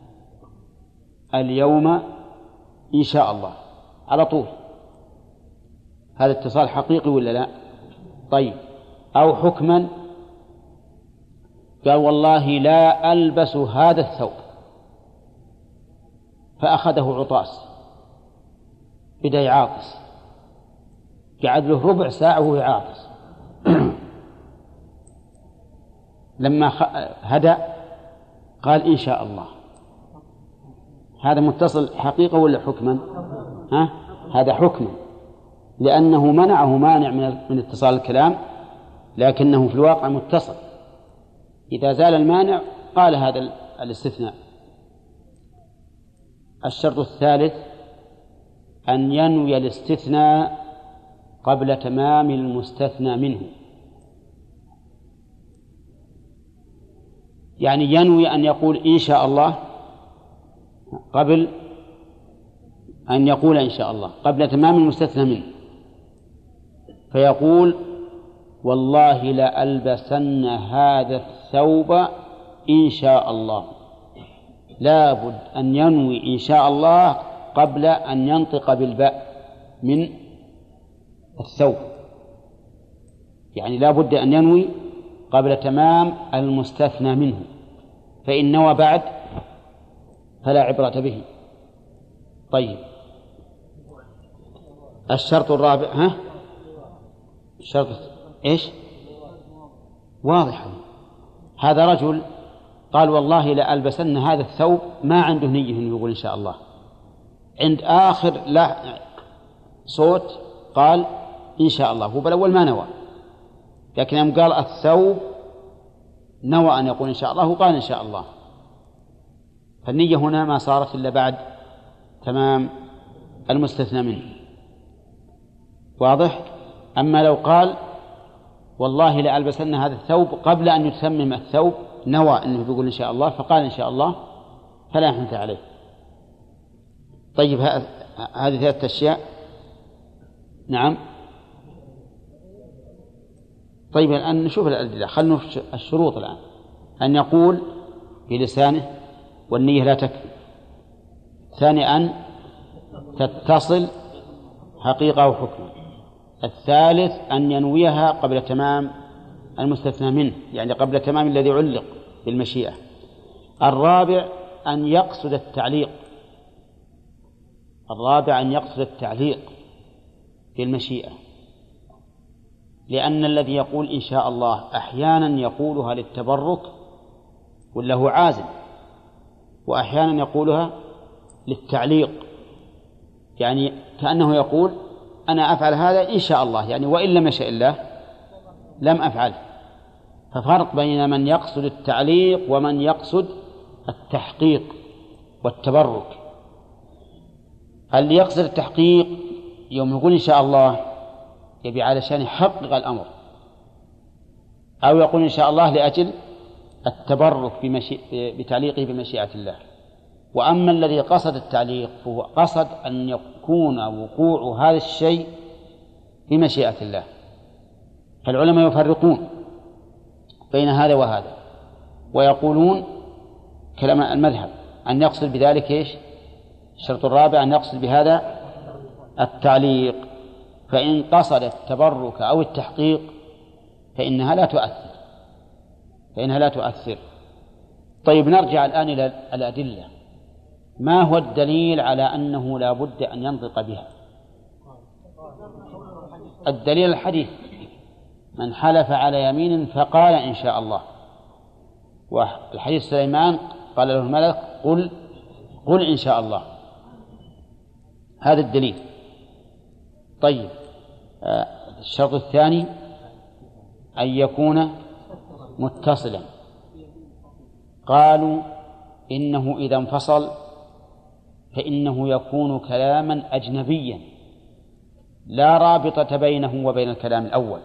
اليوم إن شاء الله على طول. هذا اتصال حقيقي ولا لا؟ طيب. أو حكما، قال والله لا ألبس هذا الثوب، فأخذه عطاس بدأ يعاطس، قعد له ربع ساعة وهو يعاطس لما هدأ قال إن شاء الله. هذا متصل حقيقة ولا حكما؟ ها؟ هذا حكما، لأنه منعه مانع من اتصال الكلام، لكنه في الواقع متصل. إذا زال المانع قال هذا الاستثناء. الشرط الثالث أن ينوي الاستثناء قبل تمام المستثنى منه، يعني ينوي أن يقول إن شاء الله قبل أن يقول إن شاء الله قبل تمام المستثنى منه، فيقول والله لألبسن هذا الثوب إن شاء الله. لا بد أن ينوي إن شاء الله قبل أن ينطق بالباء من الثوب، يعني لا بد أن ينوي قبل تمام المستثنى منه، فإن نوى بعد فلا عبرة به. طيب. الشرط الرابع، ها؟ الشرط إيش؟ واضح. هذا رجل قال والله لألبسن هذا الثوب، ما عنده نية أنه يقول إن شاء الله، عند آخر لا صوت قال إن شاء الله، هو بالأول ما نوى، لكن يوم قال الثوب نوى أن يقول إن شاء الله وقال إن شاء الله، فالنية هنا ما صارت إلا بعد تمام المستثنى منه. واضح؟ أما لو قال والله لألبسن هذا الثوب قبل أن يتمم الثوب، نوى أنه يقول إن شاء الله فقال إن شاء الله، فلا حنث عليه. طيب، هذه ثلاثة أشياء. نعم. طيب الآن نشوف الأدلة، خلنا نشوف الشروط الآن. أن يقول بلسانه والنية لا تكفي. ثاني أن تتصل حقيقة وحكم. الثالث أن ينويها قبل تمام المستثنى منه، يعني قبل تمام الذي علق بالمشيئة. الرابع أن يقصد التعليق الرابع أن يقصد التعليق بالمشيئة، لأن الذي يقول إن شاء الله أحيانا يقولها للتبرك ولا هو عازم، وأحيانا يقولها للتعليق، يعني كأنه يقول أنا أفعل هذا إن شاء الله، يعني وإن لم يشاء الله لم أفعله. ففرق بين من يقصد التعليق ومن يقصد التحقيق والتبرك. اللي يقصد التحقيق يوم يقول إن شاء الله يبي علشان يحقق الأمر، أو يقول إن شاء الله لأجل التبرك بمشي... بتعليقه بمشيئة الله. وأما الذي قصد التعليق فهو قصد أن يكون وقوع هذا الشيء بمشيئة الله. فالعلماء يفرقون بين هذا وهذا، ويقولون كلام المذهب أن يقصد بذلك إيش؟ الشرط الرابع أن يقصد بهذا التعليق، فإن قصد التبرك أو التحقيق فإنها لا تؤثر فإنها لا تؤثر. طيب، نرجع الآن إلى الأدلة. ما هو الدليل على أنه لا بد أن ينطق بها؟ الدليل الحديث: من حلف على يمين فقال إن شاء الله. والحديث سليمان قال له الملك: قل قل إن شاء الله. هذا الدليل. طيب، الشرط الثاني أن يكون متصلا. قالوا إنه إذا انفصل فإنه يكون كلاما أجنبيا لا رابطة بينه وبين الكلام الأول،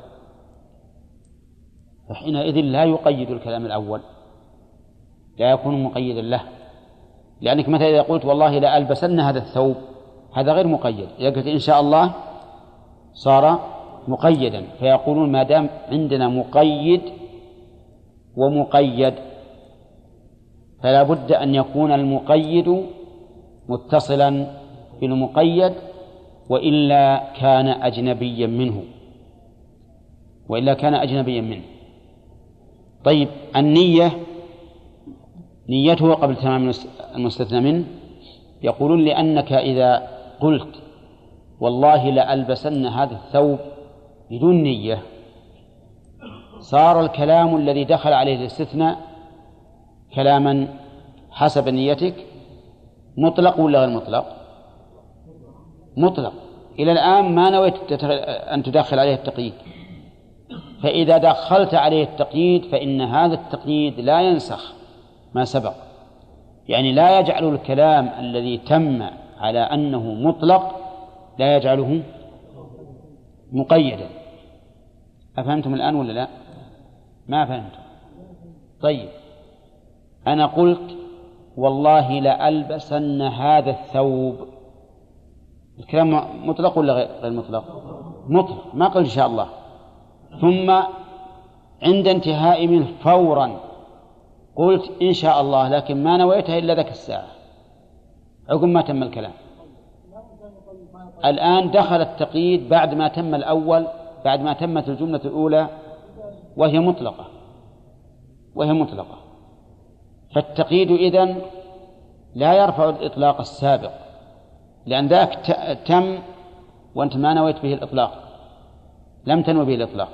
فحينئذ لا يقيد الكلام الأول، لا يكون مقيدا له. لأنك مثلا إذا قلت والله لا ألبسن هذا الثوب، هذا غير مقيد. إذا قلت إن شاء الله صار مقيدا. فيقولون ما دام عندنا مقيد ومقيد فلا بد أن يكون المقيد متصلا بالمقيد، وإلا كان أجنبيا منه وإلا كان أجنبيا منه. طيب، النية نيته قبل تمام المستثنى منه. يقولون لأنك إذا قلت والله لألبسن هذا الثوب بدون نية صار الكلام الذي دخل عليه الاستثناء كلاما حسب نيتك مطلق ولا غير مطلق؟ مطلق. إلى الآن ما نويت أن تدخل عليه التقييد، فإذا دخلت عليه التقييد فإن هذا التقييد لا ينسخ ما سبق، يعني لا يجعل الكلام الذي تم على أنه مطلق لا يجعله مقيدا. أفهمتم الآن ولا لا؟ ما فهمتم؟ طيب، أنا قلت والله لألبسن هذا الثوب، الكلام مطلق ولا غير مطلق؟ مطلق، ما قل إن شاء الله. ثم عند انتهاء منه فورا قلت إن شاء الله، لكن ما نويتها إلا ذاك الساعة عقب ما تم الكلام. الآن دخل التقييد بعد ما تم الأول، بعد ما تمت الجملة الأولى وهي مطلقة وهي مطلقة فالتقييد إذن لا يرفع الإطلاق السابق، لأن ذاك تم وأنت ما نويت به الإطلاق، لم تنوي به الإطلاق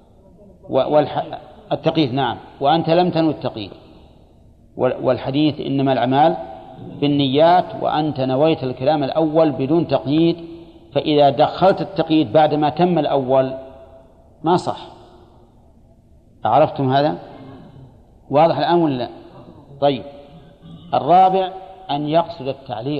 والتقييد. نعم، وأنت لم تنوي التقييد. والحديث إنما الأعمال بالنيات، وأنت نويت الكلام الأول بدون تقييد، فإذا دخلت التقييد بعد ما تم الأول ما صح. عرفتم هذا؟ واضح الآن ولا لا؟ طيب، الرابع أن يقصد التعليق،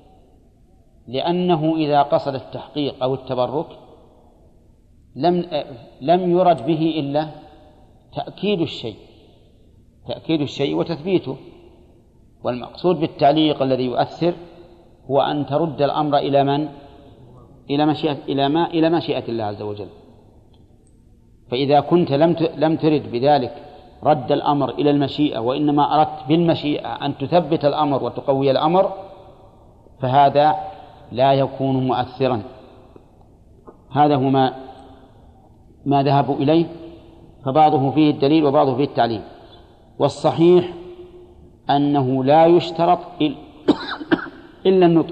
لأنه إذا قصد التحقيق أو التبرك لم لم يرد به إلا تأكيد الشيء تأكيد الشيء وتثبيته. والمقصود بالتعليق الذي يؤثر هو أن ترد الأمر إلى من؟ إلى مشيئة إلى ما إلى مشيئة الله عز وجل. فإذا كنت لم لم ترد بذلك رد الأمر إلى المشيئة، وإنما أردت بالمشيئة أن تثبت الأمر وتقوي الأمر، فهذا لا يكون مؤثرا. هذا هو ما ما ذهبوا إليه، فبعضه فيه الدليل وبعضه فيه التعليل. والصحيح أنه لا يشترط إلا النطق،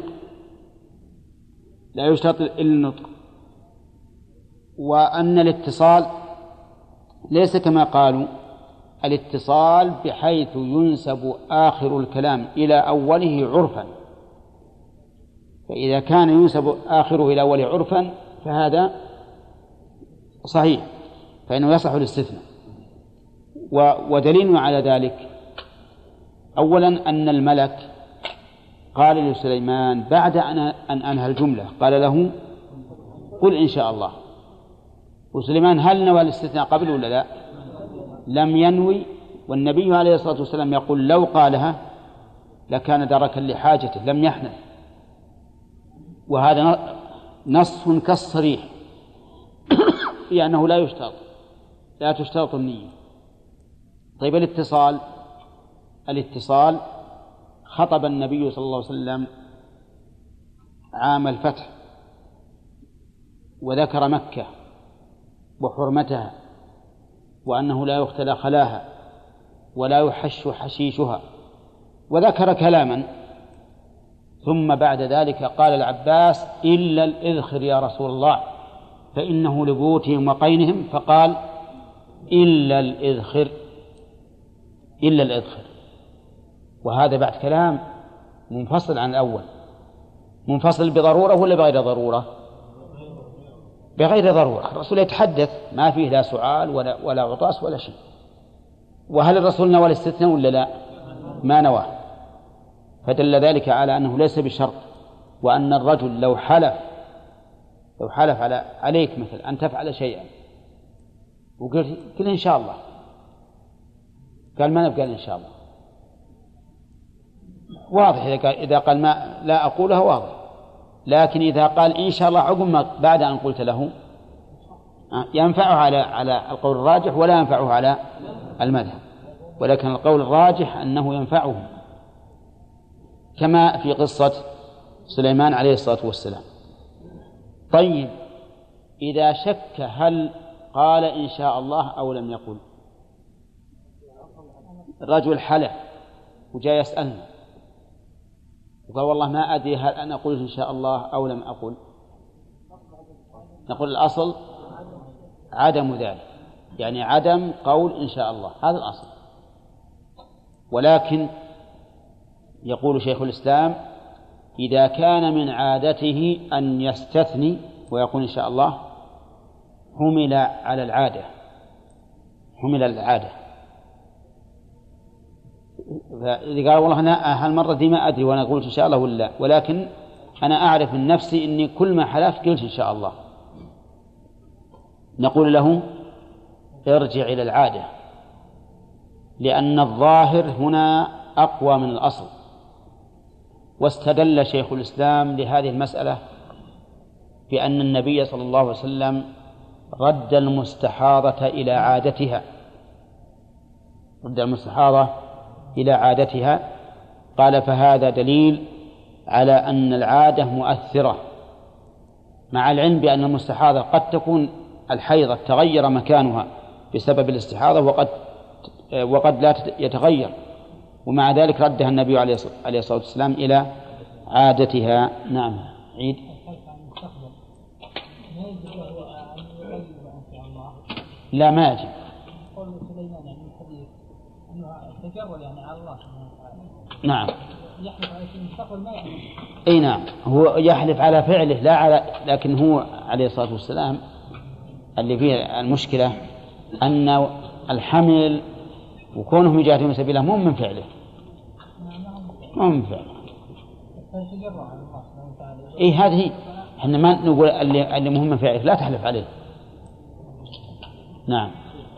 لا يشترط إلا النطق، وأن الاتصال ليس كما قالوا الاتصال بحيث ينسب آخر الكلام إلى أوله عرفا، فإذا كان ينسب آخره إلى أوله عرفا فهذا صحيح، فإنه يصح الاستثناء. ودليل على ذلك أولا أن الملك قال لسليمان بعد أن أنهى الجملة قال له قل إن شاء الله. وسليمان هل نوى الاستثناء قبل ولا لا؟ لم ينوي. والنبي عليه الصلاة والسلام يقول لو قالها لكان دركا لحاجته لم يحنث، وهذا نص كالصريح في أنه لا يشترط لا تشترط النية. طيب، الاتصال الاتصال خطب النبي صلى الله عليه وسلم عام الفتح وذكر مكة وحرمتها وأنه لا يختلى خلاها ولا يحش حشيشها، وذكر كلاما ثم بعد ذلك قال العباس: إلا الإذخر يا رسول الله، فإنه لبيوتهم وقينهم، فقال: إلا الإذخر، إلا الإذخر. وهذا بعد كلام منفصل عن الأول. منفصل بضرورة ولا بغير ضرورة؟ بغير ضرورة. الرسول يتحدث ما فيه لا سعال ولا, ولا عطاس ولا شيء. وهل الرسول نوى الاستثناء ولا لا؟ ما نواه. فدل ذلك على أنه ليس بشرط، وأن الرجل لو حلف لو حلف على عليك مثل أن تفعل شيئا وقلت قل إن شاء الله، قال ما نبقى إن شاء الله، واضح. إذا قال, إذا قال ما لا أقولها واضح. لكن إذا قال إن شاء الله عقب ما بعد أن قلت له ينفعه على على القول الراجح ولا ينفعه على المذهب. ولكن القول الراجح أنه ينفعه، كما في قصة سليمان عليه الصلاة والسلام. طيب، إذا شك هل قال إن شاء الله أو لم يقل؟ الرجل حلف وجاء يسألنا وقال والله ما أدري هل أنا قلت إن شاء الله أو لم أقل، نقول الأصل عدم ذلك، يعني عدم قول إن شاء الله، هذا الأصل. ولكن يقول شيخ الإسلام: إذا كان من عادته أن يستثني ويقول إن شاء الله حمل على العادة، حمل العادة. فإذا قال والله أنا هالمرة دي ما أدري وأنا قلت إن شاء الله ولا لا، ولكن أنا أعرف من نفسي إني كل ما حلفت قلت إن شاء الله، نقول له ارجع إلى العادة، لأن الظاهر هنا أقوى من الأصل. واستدل شيخ الإسلام لهذه المسألة بأن النبي صلى الله عليه وسلم رد المستحاضة إلى عادتها، رد المستحاضة إلى عادتها. قال: فهذا دليل على أن العادة مؤثرة، مع العلم بأن المستحاضة قد تكون الحيضة تغير مكانها بسبب الاستحاضة وقد وقد لا يتغير، ومع ذلك ردها النبي عليه الصلاة والسلام إلى عادتها. نعم. عيد. لا، ما يجب. نعم. اي نعم، هو يحلف على فعله لا على، لكن هو عليه الصلاة والسلام اللي فيه المشكلة أن الحمل وكونهم يجاهدون سبيله مو من فعله، مو من فعله. اي هذه احنا ما نقول اللي اللي مهم من فعله لا تحلف عليه. نعم.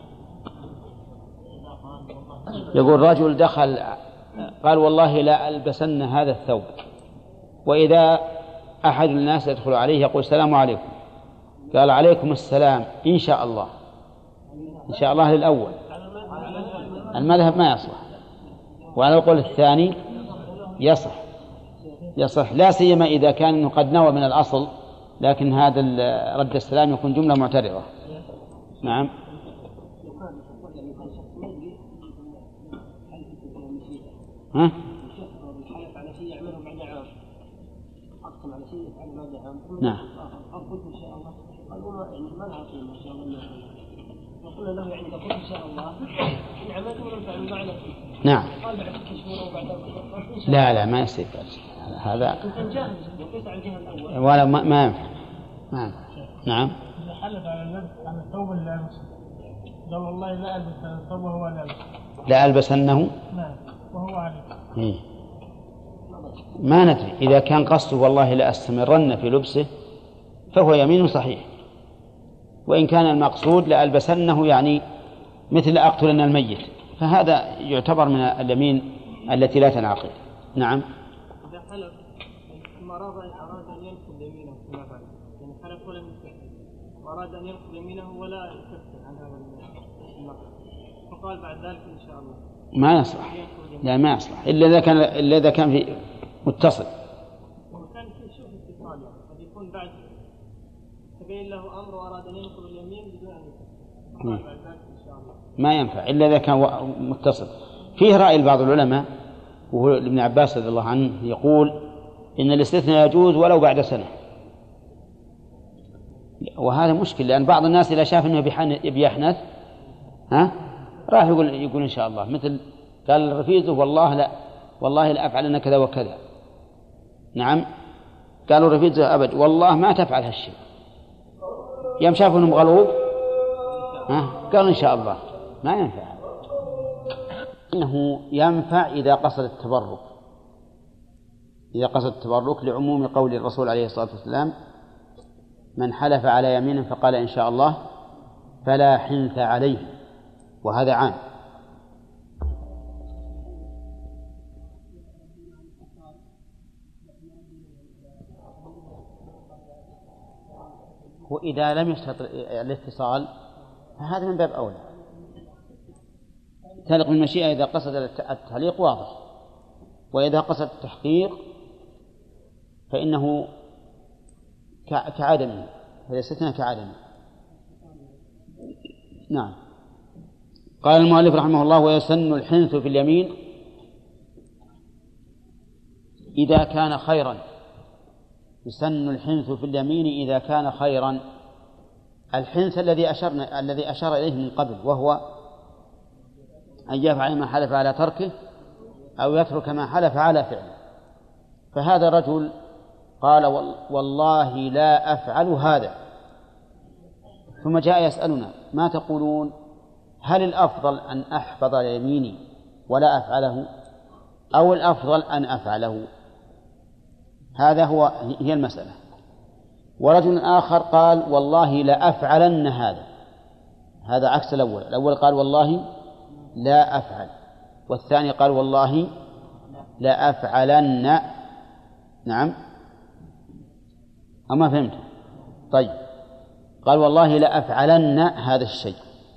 يقول رجل دخل قال والله لا ألبسن هذا الثوب، وإذا أحد الناس يدخل عليه يقول السلام عليكم، قال عليكم السلام إن شاء الله. إن شاء الله للأول، المذهب ما يصلح، وعلى القول الثاني يصح يصح لا سيما إذا كان إنه قد نوى من الأصل، لكن هذا رد السلام يكون جملة معترضة. نعم. ها؟ نعم. نعم. لا لا ما يصير هذا ولا ما ما ينفع. نعم. نعم. حلف على اللبس عن الثوب اللي لابسه، قال والله لا ألبس الثوب وهو لابس، لا ألبسنه. نعم وهو عليه. إيه. ما ندري إذا كان قصده والله لا أستمرن في لبسه فهو يمين صحيح، وإن كان المقصود لألبسنه يعني مثل أقتلن الميت، فهذا يعتبر من اليمين التي لا تنعقد. نعم. إذا حلف ثم أراد أن ينقض يمينه كما فعل، يعني حلف ولم يستحل وأراد أن ينقض يمينه ولا يستحل عن هذا النقض، فقال بعد ذلك إن شاء الله ما يصلح. لا ما يصلح إلا إذا كان إلا إذا كان في متصل. وكان في شوف اتصال يعني قد يكون بعد تبين له أمر وأراد أن ينقض اليمين بدون أن يستحل، بعد ذلك إن شاء الله ما ينفع إلا إذا كان متصل. فيه رأي بعض العلماء وهو ابن عباس رضي الله عنه يقول إن الاستثناء يجوز ولو بعد سنة، وهذا مشكل، لأن بعض الناس إذا شاف أنه بيحنث ها راح يقول يقول إن شاء الله، مثل قال رفيقه والله لا والله لا أفعلن كذا وكذا. نعم، قالوا رفيقه أبد والله ما تفعل هالشيء، يوم شافوا أنه مغلوب ها قال إن شاء الله. ما ينفع، إنه ينفع إذا قصد التبرك، إذا قصد التبرك لعموم قول الرسول عليه الصلاة والسلام: من حلف على يمين فقال إن شاء الله فلا حنث عليه، وهذا عام. وإذا لم يشترط الاتصال فهذا من باب أولى. تعلق بالمشيئة إذا قصد التعليق واضح، وإذا قصد التحقيق فإنه كعدمه، فالاستثناء كعدمه. نعم. قال المؤلف رحمه الله: ويسن الحنث في اليمين إذا كان خيرا. يسن الحنث في اليمين إذا كان خيرا. الحنث الذي أشرنا الذي أشار إليه من قبل، وهو أن يفعل ما حلف على تركه أو يترك ما حلف على فعله. فهذا رجل قال والله لا أفعل هذا، ثم جاء يسألنا: ما تقولون؟ هل الأفضل أن أحفظ يميني ولا أفعله، أو الأفضل أن أفعله؟ هذا هو هي المسألة. ورجل آخر قال والله لا أفعلن هذا، هذا عكس الأول. الأول قال والله لا أفعل، والثاني قال والله لا أفعلن. نعم، أما فهمت؟ طيب، قال والله لا أفعلن هذا الشيء،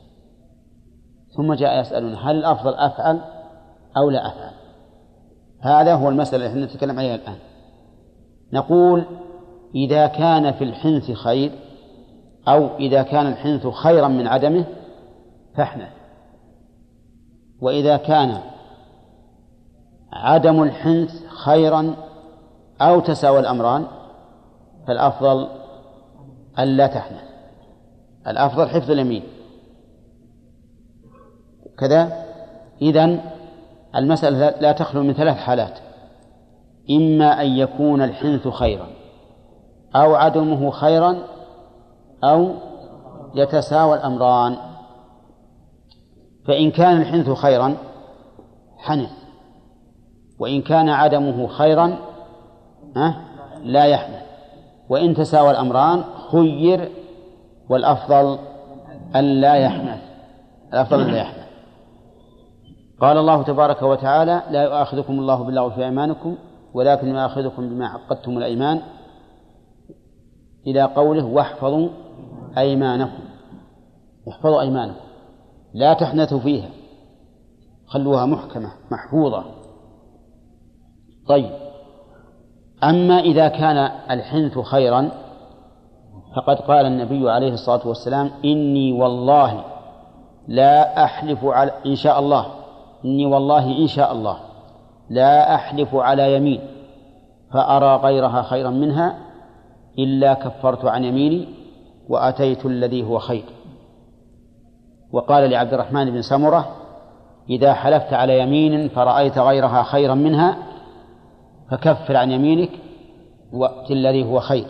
ثم جاء يسألنا: هل الأفضل أفعل أو لا أفعل؟ هذا هو المسألة التي نتكلم عليها الآن. نقول: إذا كان في الحنث خير، أو إذا كان الحنث خيرا من عدمه فاحنث، وإذا كان عدم الحنث خيرا أو تساوى الأمران فالأفضل ألا تحنث، الأفضل حفظ اليمين كذا. إذن المسألة لا تخلو من ثلاث حالات: إما أن يكون الحنث خيرا، أو عدمه خيرا، أو يتساوى الأمران. فإن كان الحنث خيرا حنث، وإن كان عدمه خيرا أه لا يحنث، وإن تساوى الأمران خير، والأفضل ألا يحنث، الأفضل ألا يحنث. قال الله تبارك وتعالى: لا يؤاخذكم الله باللغو في أيمانكم ولكن يؤاخذكم بما عقدتم الأيمان، إلى قوله: واحفظوا أيمانكم. احفظوا أيمانكم، لا تحنثوا فيها، خلوها محكمة محفوظة. طيب، أما إذا كان الحنث خيرا فقد قال النبي عليه الصلاة والسلام: إني والله لا أحلف على إن شاء الله إني والله إن شاء الله لا أحلف على يمين فأرى غيرها خيرا منها إلا كفرت عن يميني وأتيت الذي هو خير. وقال لعبد الرحمن بن سمرة: إذا حلفت على يمين فرأيت غيرها خيرا منها فكفر عن يمينك وأت الذي هو خير.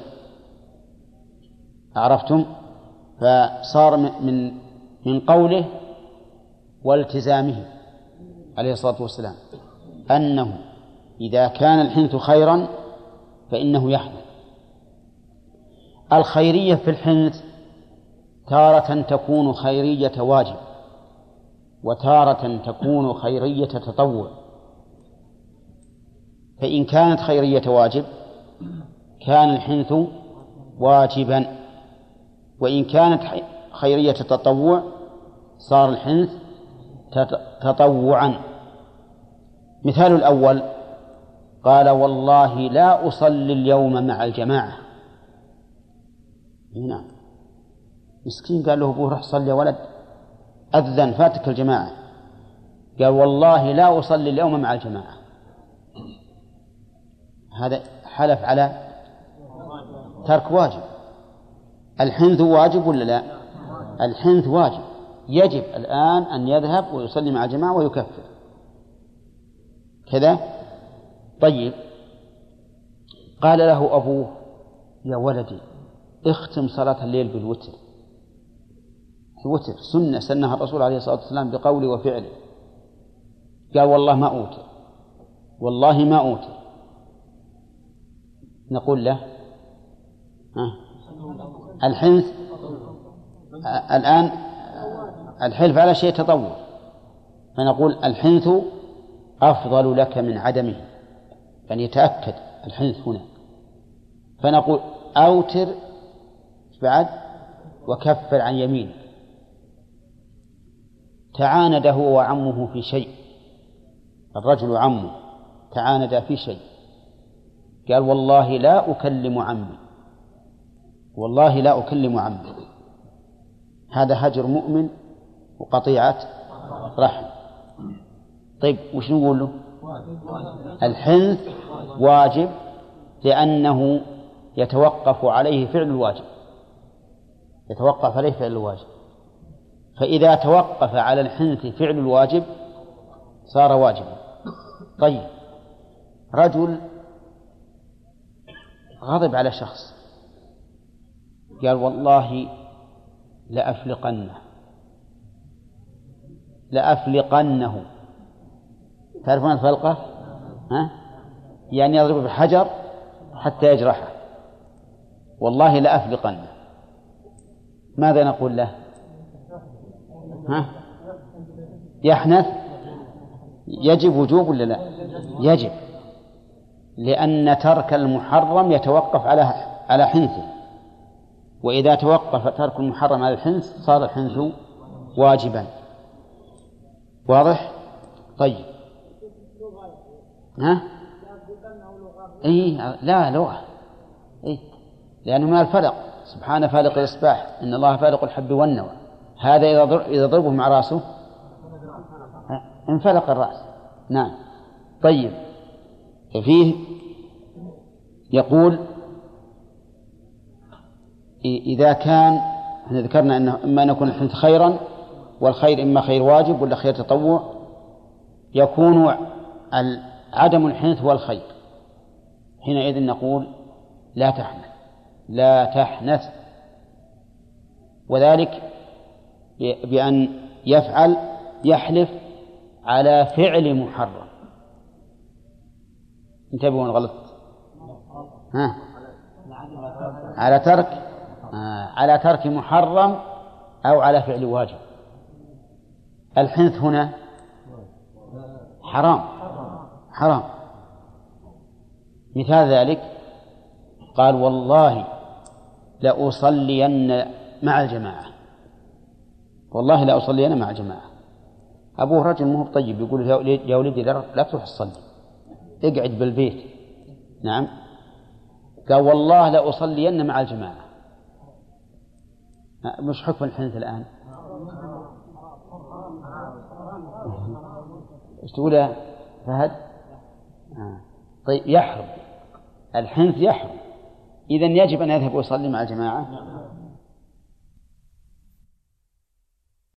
عرفتم؟ فصار من من قوله والتزامه عليه الصلاة والسلام أنه إذا كان الحنث خيرا فإنه يحنث. الخيرية في الحنث تارة تكون خيرية واجب، وتارة تكون خيرية تطوع. فإن كانت خيرية واجب كان الحنث واجبا، وإن كانت خيرية تطوع صار الحنث تطوعا. مثال الأول: قال والله لا أصلي اليوم مع الجماعة. هنا مسكين قال له أبوه: روح صلي يا ولد، أذن فاتك الجماعة. قال والله لا أصلي اليوم مع الجماعة. هذا حلف على ترك واجب. الحنث واجب ولا لا؟ الحنث واجب، يجب الآن أن يذهب ويصلي مع الجماعة ويكفر كذا. طيب، قال له أبوه يا ولدي اختم صلاة الليل بالوتر. الوتر سنة سنها الرسول عليه الصلاة والسلام بقوله وفعله. قال والله ما أوتر، والله ما أوتر. نقول له ها الحنث الآن الحلف على شيء تطور، فنقول الحنث أفضل لك من عدمه، يعني يتأكد الحنث هنا. فنقول أوتر بعد وكفر عن يمينه. تعاند هو وعمه في شيء، الرجل عمه تعاند في شيء، قال والله لا أكلم عمي، والله لا أكلم عمي. هذا هجر مؤمن وقطيعة رحم. طيب وش نقول له؟ الحنث واجب لأنه يتوقف عليه فعل الواجب، يتوقف عليه فعل الواجب. فإذا توقف على الحنث فعل الواجب صار واجبا. طيب، رجل غضب على شخص قال والله لأفلقنه لأفلقنه تعرفون الفلقة؟ ها؟ يعني يضرب بحجر حتى يجرحه. والله لأفلقنه، ماذا نقول له؟ ها؟ يحنث؟ يجب وجوب ولا لا؟ يجب، لأن ترك المحرم يتوقف على على حنثه، وإذا توقف ترك المحرم على الحنث صار الحنث واجبا. واضح؟ طيب، ها؟ إيه لا لغة، إيه لأنه من الفلق، سبحانه فالق الإصباح، إن الله فالق الحب والنوى. هذا إذا ضربه مع رأسه انفلق الرأس. نعم. طيب، فيه يقول إذا كان احنا ذكرنا أنه إما أن يكون الحنث خيرا، والخير إما خير واجب ولا خير تطوع، يكون عدم الحنث هو الخير. حينئذ نقول لا تحنث، لا تحنث، وذلك بأن يفعل يحلف على فعل محرم. انتبهوا أنا غلط، ها؟ على ترك آه. على ترك محرم أو على فعل واجب. الحنث هنا حرام، حرام. مثال ذلك قال والله لأصلين مع الجماعة، والله لأصلين مع الجماعة. أبوه رجل مو طيب، يقول يا ولدي لا تروح تصلي، اقعد بالبيت. نعم. قال والله لأصلين مع الجماعة. مش حكم الحنث الآن؟ ايش تقول يا فهد؟ آه. طيب، يحرم الحنث، يحرم. إذن يجب أن يذهب ويصلي مع الجماعة؟